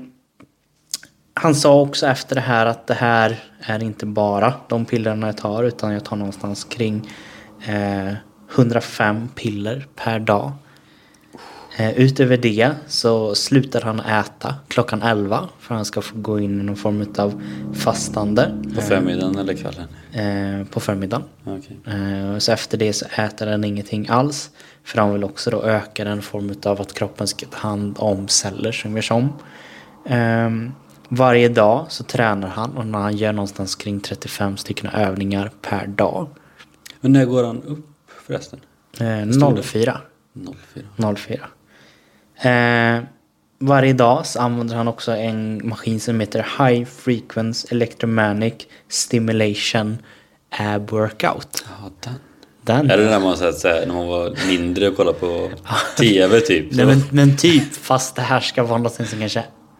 han sa också efter det här att det här är inte bara de pillerna jag tar, utan jag tar någonstans kring eh, hundrafem piller per dag. Eh, utöver det så slutar han äta klockan elva, för han ska få gå in i någon form av fastande. På förmiddagen eller kvällen? Eh, på förmiddagen. Okay. Eh, så efter det så äter han ingenting alls, för han vill också då öka den form av att kroppen ska ta hand om celler som görs om. Eh, varje dag så tränar han, och när han gör någonstans kring trettiofem stycken övningar per dag. Men när går han upp förresten? Eh, noll fyra. noll fyra. Eh, varje dag så använder han också en maskin som heter High Frequency Electromagnetic Stimulation Ab Workout. Ja, den. Den. Är det när man sett så här, när man var mindre och kollade på tv typ? Nej, men, men typ, fast det här ska vara något som kanske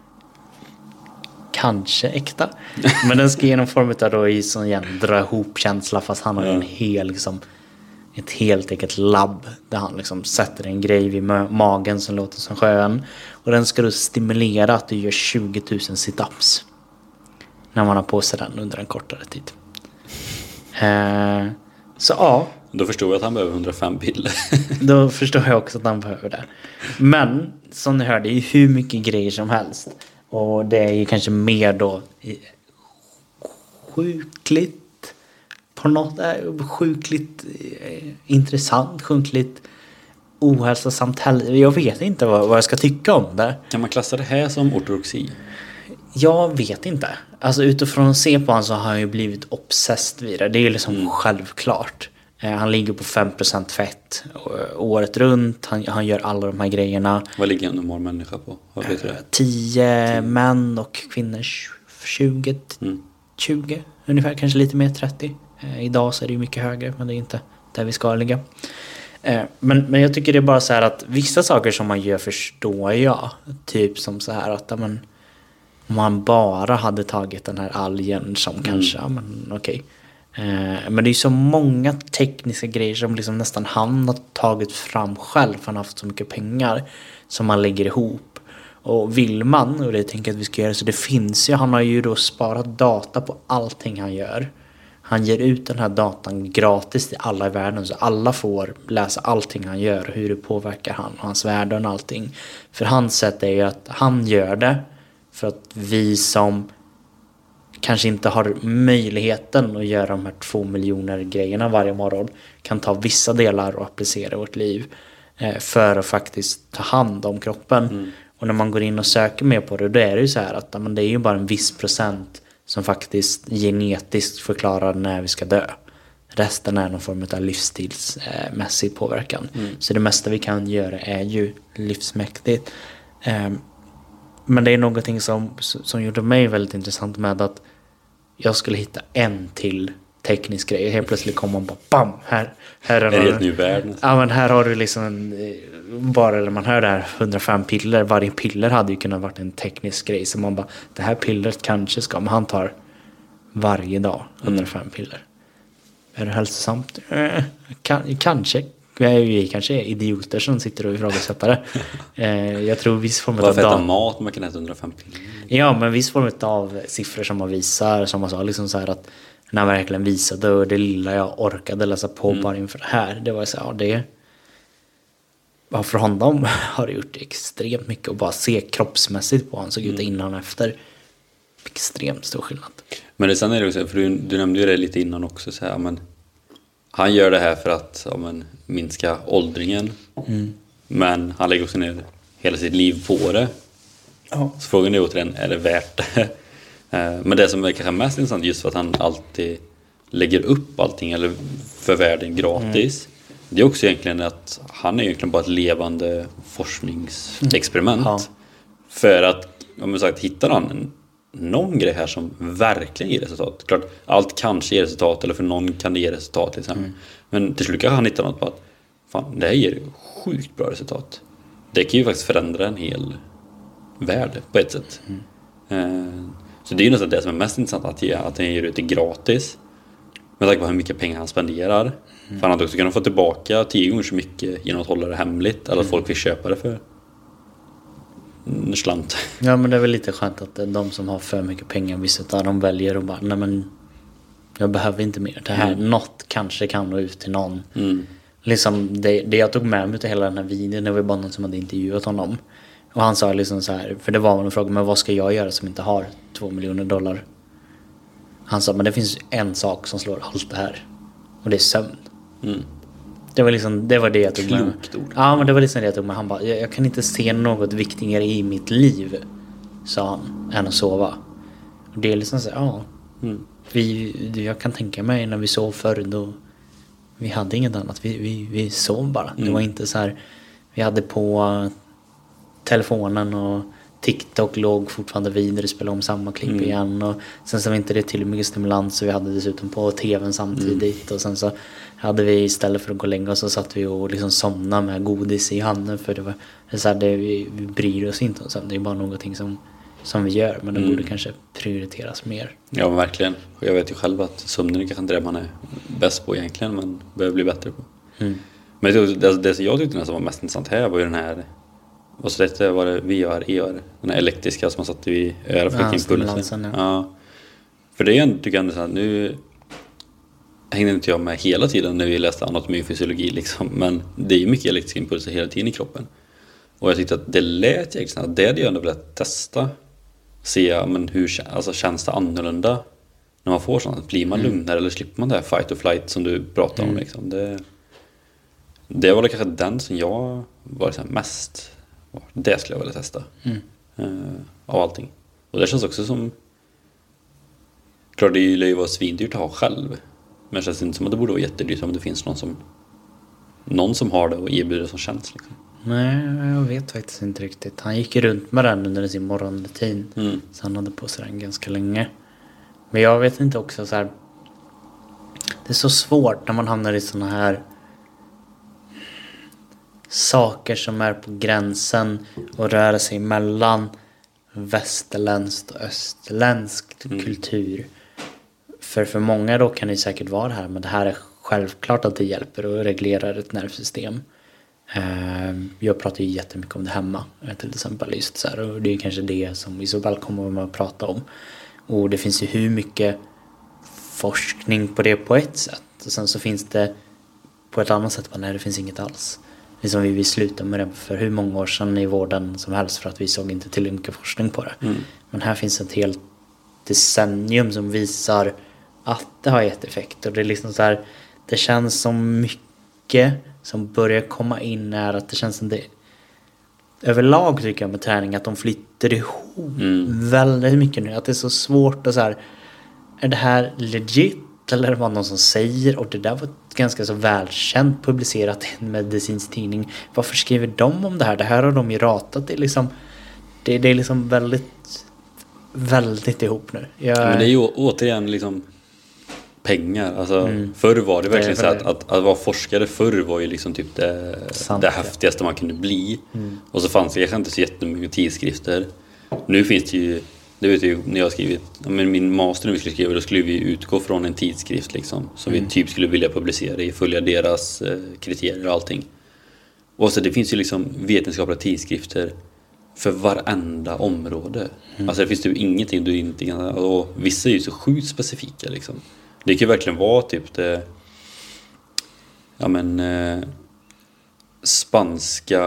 kanske äkta. Men den ska ge någon form av då i sån igen dra ihop känsla, fast han har ja. en hel liksom ett helt eget labb där han liksom sätter en grej vid magen som låter som sjön, och den ska då stimulera att du gör tjugo tusen sit-ups när man har på sig den under en kortare tid. Eh, så ja. Då förstår jag att han behöver hundrafem piller. Då förstår jag också att han behöver det. Men som ni hörde, det är ju hur mycket grejer som helst. Och det är ju kanske mer då sjukligt på något sjukligt eh, intressant, sjukligt ohälsosamt. Jag vet inte vad, vad jag ska tycka om det. Kan man klassa det här som ortodoxi? Jag vet inte. Alltså utifrån att se på honom så har han ju blivit obsessed vid det. Det är ju liksom mm. självklart. Eh, han ligger på fem procent fett året runt. Han, han gör alla de här grejerna. Vad ligger en normal människa på? Vad vet du det? tio män och kvinnor tjugo, mm. tjugo ungefär, kanske lite mer trettio. Eh, idag så är det ju mycket högre, men det är inte där vi ska ligga. Eh, men, men jag tycker det är bara så här att vissa saker som man gör förstår jag. Typ som så här att men, om man bara hade tagit den här algen som mm. kanske, ja, men okej. Eh, men det är ju så många tekniska grejer som liksom nästan han har tagit fram själv, för han har haft så mycket pengar som man lägger ihop. Och vill man, och det tänker jag att vi ska göra, så det finns ju, han har ju då sparat data på allting han gör. Han ger ut den här datan gratis till alla i världen, så alla får läsa allting han gör, hur det påverkar han och hans värden och allting. För hans sätt är ju att han gör det för att vi som kanske inte har möjligheten att göra de här två miljoner grejerna varje morgon kan ta vissa delar och applicera i vårt liv eh, för att faktiskt ta hand om kroppen. Mm. Och när man går in och söker mer på det, då är det ju så här att men det är ju bara en viss procent som faktiskt genetiskt förklarar när vi ska dö. Resten är någon form av livsstilsmässig påverkan. Mm. Så det mesta vi kan göra är ju livsmäktigt. Eh, Men det är någonting som, som gjorde mig väldigt intressant med att jag skulle hitta en till teknisk grej. Helt plötsligt kom man bara bam! Här, här är, är det ett ny värld? Ja, men här har du liksom en, bara när man hör det här hundrafem piller. Varje piller hade ju kunnat varit en teknisk grej. Så man bara, det här pillret kanske ska, men han tar varje dag hundrafem mm. piller. Är det hälsosamt? Eh, kan, kanske. Vi kanske är idioter som sitter och ifrågasätter det. Eh, jag tror viss form av Varför äta mat man kan äta hundrafem piller? Ja, men viss form av siffror som man visar, som man sa liksom så här att när man verkligen visade och det lilla jag orkade läsa på mm. bara inför det här, det var så ja, det ja, för honom har det gjort extremt mycket och bara se kroppsmässigt på han såg ut mm. innan och efter. Extremt stor skillnad. Men det sen är det också, för du, du nämnde ju det lite innan också så här, men han gör det här för att ja, men, minska åldringen. Mm. Men han lägger också ner hela sitt liv på det. Oh. Så frågan är återigen, är det värt det? Men det som är kanske mest intressant just för att han alltid lägger upp allting eller för världen gratis. Mm. Det är också egentligen att han är egentligen bara ett levande forskningsexperiment. Mm. Ja. För att, om man sagt, hittar han en någon grej här som verkligen ger resultat. Klart, allt kanske ger resultat eller för någon kan det ge resultat till exempel. Mm. Men till slut kan han hitta något på att fan, det här ger sjukt bra resultat. Det kan ju faktiskt förändra en hel värld på ett sätt. Mm. Eh, så det är ju nästan det som är mest intressant att, ge, att han ger ut det gratis. Med tanke på hur mycket pengar han spenderar. Mm. För han hade också kunnat få tillbaka tio gånger så mycket genom att hålla det hemligt. Eller att mm. folk vill köpa det för slant. Ja, men det är väl lite skönt att de som har för mycket pengar, vissa av dem väljer och bara, nej men jag behöver inte mer. Det här, mm. något kanske kan nå ut till någon. Mm. Liksom det, det jag tog med mig till hela den här videon, det var bara någon som hade intervjuat honom. Och han sa liksom så här, för det var en fråga, men vad ska jag göra som inte har två miljoner dollar? Han sa, men det finns en sak som slår allt det här. Och det är sömn. Mm. Det var liksom, det var det jag tog med. Ja, men det var liksom det jag tog med. Han bara, jag, jag kan inte se något viktigare i mitt liv, sa han, än att sova. Och det är liksom så, ja. Mm. Vi, jag kan tänka mig när vi sov förr, då vi hade inget annat. Vi, vi, vi sov bara. Mm. Det var inte så här, vi hade på telefonen och TikTok låg fortfarande vidare, spelade om samma klipp Mm. igen. Och sen så var inte det till mycket stimulans, så vi hade dessutom på tvn samtidigt. Och sen så hade vi, istället för att gå och lägga oss, så satt vi och liksom somna med godis i handen. För det var det är så här, det, vi, vi bryr oss inte om sömn. Det är bara någonting som, som vi gör. Men det Mm. borde kanske prioriteras mer. Ja, men verkligen. Och jag vet ju själv att sömnen är kanske inte det man är bäst på egentligen, men behöver bli bättre på. Mm. Men det, det, det som jag tyckte nästan var mest intressant här var ju den här, och så det var det V R, E R, den här elektriska som man satte vid örat för Ja, att fick impulser. stimulansen, ja. Ja. För det är ju, tycker jag ändå så här, nu hängde inte jag med hela tiden när vi läste anatomi och fysiologi liksom, men det är ju mycket elektriska impulser hela tiden i kroppen. Och jag tyckte att det lät jäkligt snabbt. Det hade jag ändå velat testa. Se, men hur alltså, känns det annorlunda när man får sånt? Blir man Mm. lugnare eller slipper man det här fight or flight som du pratar om Mm. liksom? Det, det var väl kanske den som jag var liksom mest, det skulle jag vilja testa. Mm. Uh, av allting. Och det känns också som, klart det lär ju vara svindyrt att ha själv. Men det känns inte som att det borde vara jättedyrt om det finns någon som någon som har det och erbjuder det som känns liksom. Nej, jag vet faktiskt inte riktigt. Han gick runt med den under sin morgonrutin. Mm. Så han hade på sig den ganska länge. Men jag vet inte också så här. Det är så svårt när man hamnar i såna här saker som är på gränsen och röra sig mellan västerländskt och österländskt Mm. kultur. För för många då kan det säkert vara det här, men det här är självklart att det hjälper att reglera ett nervsystem. Jag pratar ju jättemycket om det hemma till exempel, just så här, och det är kanske det som Isobel kommer att prata om. Och det finns ju hur mycket forskning på det på ett sätt, och sen så finns det på ett annat sätt, nej det finns inget alls. Liksom vi vill sluta med det för hur många år sedan i vården som helst, för att vi såg inte till mycket forskning på det. Mm. Men här finns ett helt decennium som visar att det har gett effekt. Och det är liksom så här, det känns som mycket som börjar komma in är att det känns som det överlag, tycker jag, med träning, att de flyttar ihop Mm. väldigt mycket nu. Att det är så svårt att så här, är det här legit eller är det bara någon som säger? Och det där var ganska så välkänt, publicerat i en medicinsk tidning. Varför skriver de om det här? Det här har de ju ratat. Det är liksom, det, det är liksom väldigt väldigt ihop nu. Jag... Men det är ju återigen liksom pengar. Alltså, Mm. förr var det verkligen Det så är att, att, att vara forskare förr var ju liksom typ det, Sant, det ja. häftigaste man kunde bli. Mm. Och så fanns det kanske inte så jättemycket tidskrifter. Nu finns det ju, det vet jag ju när jag har skrivit, ja, men min master när vi skulle skriva, då skulle vi utgå från en tidskrift liksom, som Mm. vi typ skulle vilja publicera i, följa deras eh, kriterier och allting. Och så det finns ju liksom vetenskapliga tidskrifter för varenda område. Mm. Alltså det finns ju ingenting du inte kan, och vissa är ju så sjukt specifika liksom. Det kan ju verkligen vara typ det, ja men eh, spanska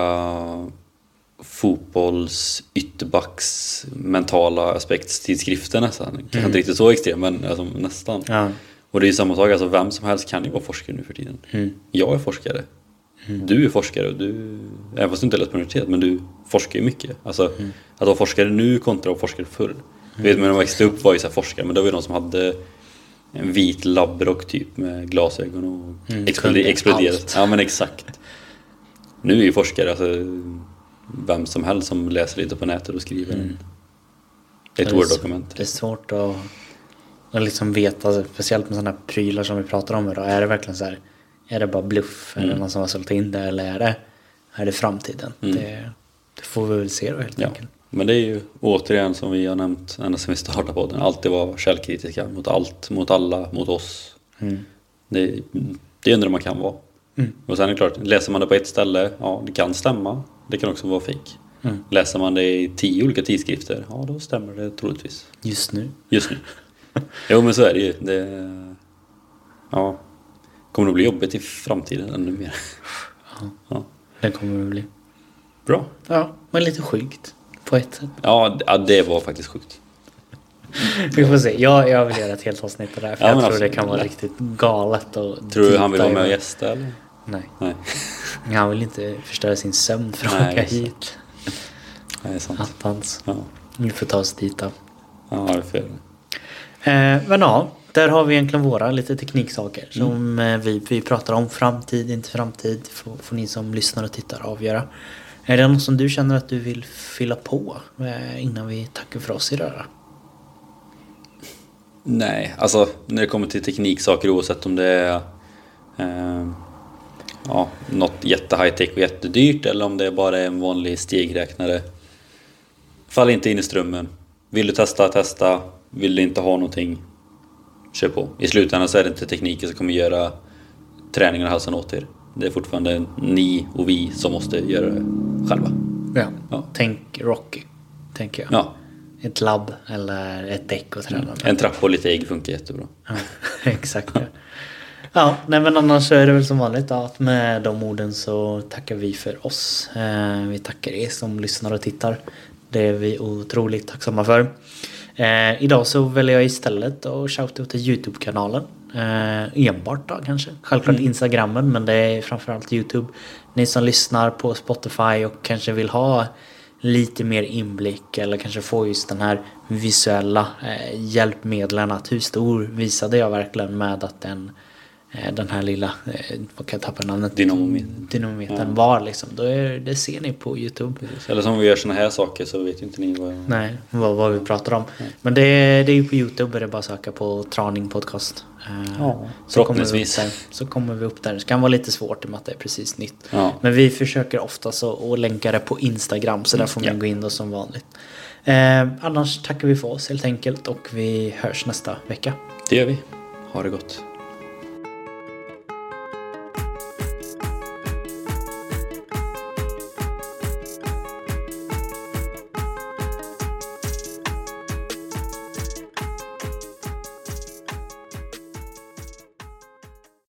fotbolls ytterbacks mentala aspektstidskrifter nästan. Kanske Mm. inte riktigt så extrem, men alltså, nästan. Ja. Och det är ju samma sak, alltså vem som helst kan ju vara forskare nu för tiden. Mm. Jag är forskare. Mm. Du är forskare och du, även fast du inte är lätt på universitet, men du forskar ju mycket. Alltså Mm. att vara forskare nu kontra att vara forskare förr. Jag vet, men när man växte upp var ju så här forskare, men då var ju de som hade en vit labbrock typ med glasögon och Mm, exploder- kunde exploderat. allt. Ja men exakt. Nu är ju forskare alltså vem som helst som läser lite på nätet och skriver Mm. en, Det ett är Word-dokument. Det är svårt att, att liksom veta, speciellt med sådana här prylar som vi pratar om idag. Är det verkligen så här, är det bara bluff? Är det Mm. någon som har sålt in det, eller är det, är det framtiden? Mm. Det, det får vi väl se då, helt Ja. enkelt. Men det är ju återigen som vi har nämnt ända sedan vi startade podden. Alltid vara källkritiska mot allt, mot alla, mot oss. Mm. Det, det är det man kan vara. Mm. Och sen är det klart, läser man det på ett ställe, ja det kan stämma. Det kan också vara fake. Mm. Läser man det i tio olika tidskrifter, ja då stämmer det troligtvis. Just nu. Just nu. Jo men så är det ju. Det, ja, kommer det bli jobbigt i framtiden ännu mer. Ja, Ja. det kommer det bli. Bra. Ja, men lite sjukt på ett sätt. Ja, det- ja, det var faktiskt sjukt. Vi får se. Jag, jag vill göra ett helt avsnitt på det här, för Ja, jag men tror absolut. det kan vara Lätt. riktigt galet. Och Tror du han vill titta vara med och i- gästa eller? Nej. Nej, Han vill inte förstöra sin sömn för att Nej, åka just det. hit. det är sant. Attans. Ja, Vi får ta oss dit då. ja det är fel. Eh, men ja, där har vi egentligen våra lite tekniksaker Mm. som eh, vi, vi pratar om. Framtid, inte framtid. Får, får ni som lyssnar och tittar avgöra. Är det något som du känner att du vill fylla på innan vi tackar för oss idag? Nej, alltså när det kommer till tekniksaker, oavsett om det är eh, ja, något jätte high-tech och jättedyrt eller om det bara är en vanlig stegräknare. Fall inte in i strömmen. Vill du testa, testa. Vill du inte ha någonting, kör på. I slutändan så är det inte tekniken som kommer göra träningen och hälsan åt er. Det är fortfarande ni och vi som måste göra det själva. Ja, ja. Tänk Rocky, tänker jag. Ja. Ett labb eller ett däck och träna. Mm. En trappa och lite ägg funkar jättebra. Ja, exakt. Ja. Ja, nej, men annars så är det väl som vanligt då, att med de orden så tackar vi för oss. Eh, vi tackar er som lyssnar och tittar. Det är vi otroligt tacksamma för. Eh, idag så väljer jag istället att shouta till YouTube-kanalen. Eh, enbart då kanske. Självklart mm. Instagrammen, men det är framförallt YouTube. Ni som lyssnar på Spotify och kanske vill ha lite mer inblick eller kanske få just den här visuella eh, hjälpmedlen. Att hur stor visade jag verkligen med att den den här lilla, vad kan jag tappa namnet? Dynamometern. Dynamometern ja. var liksom. Då är, det ser ni på YouTube. Precis. Eller som vi gör såna här saker så vet inte ni vad, Nej, vad, vad vi pratar om. Nej. Men det, det är ju på YouTube, är det bara att söka på Traning Podcast. Ja, så kommer vi upp där. Så kommer vi upp där. Det kan vara lite svårt i och med att det är precis nytt. Ja. Men vi försöker ofta så att länka det på Instagram, så där får man ja. gå in då som vanligt. Eh, annars tackar vi för oss helt enkelt och vi hörs nästa vecka. Det gör vi. Ha det gott.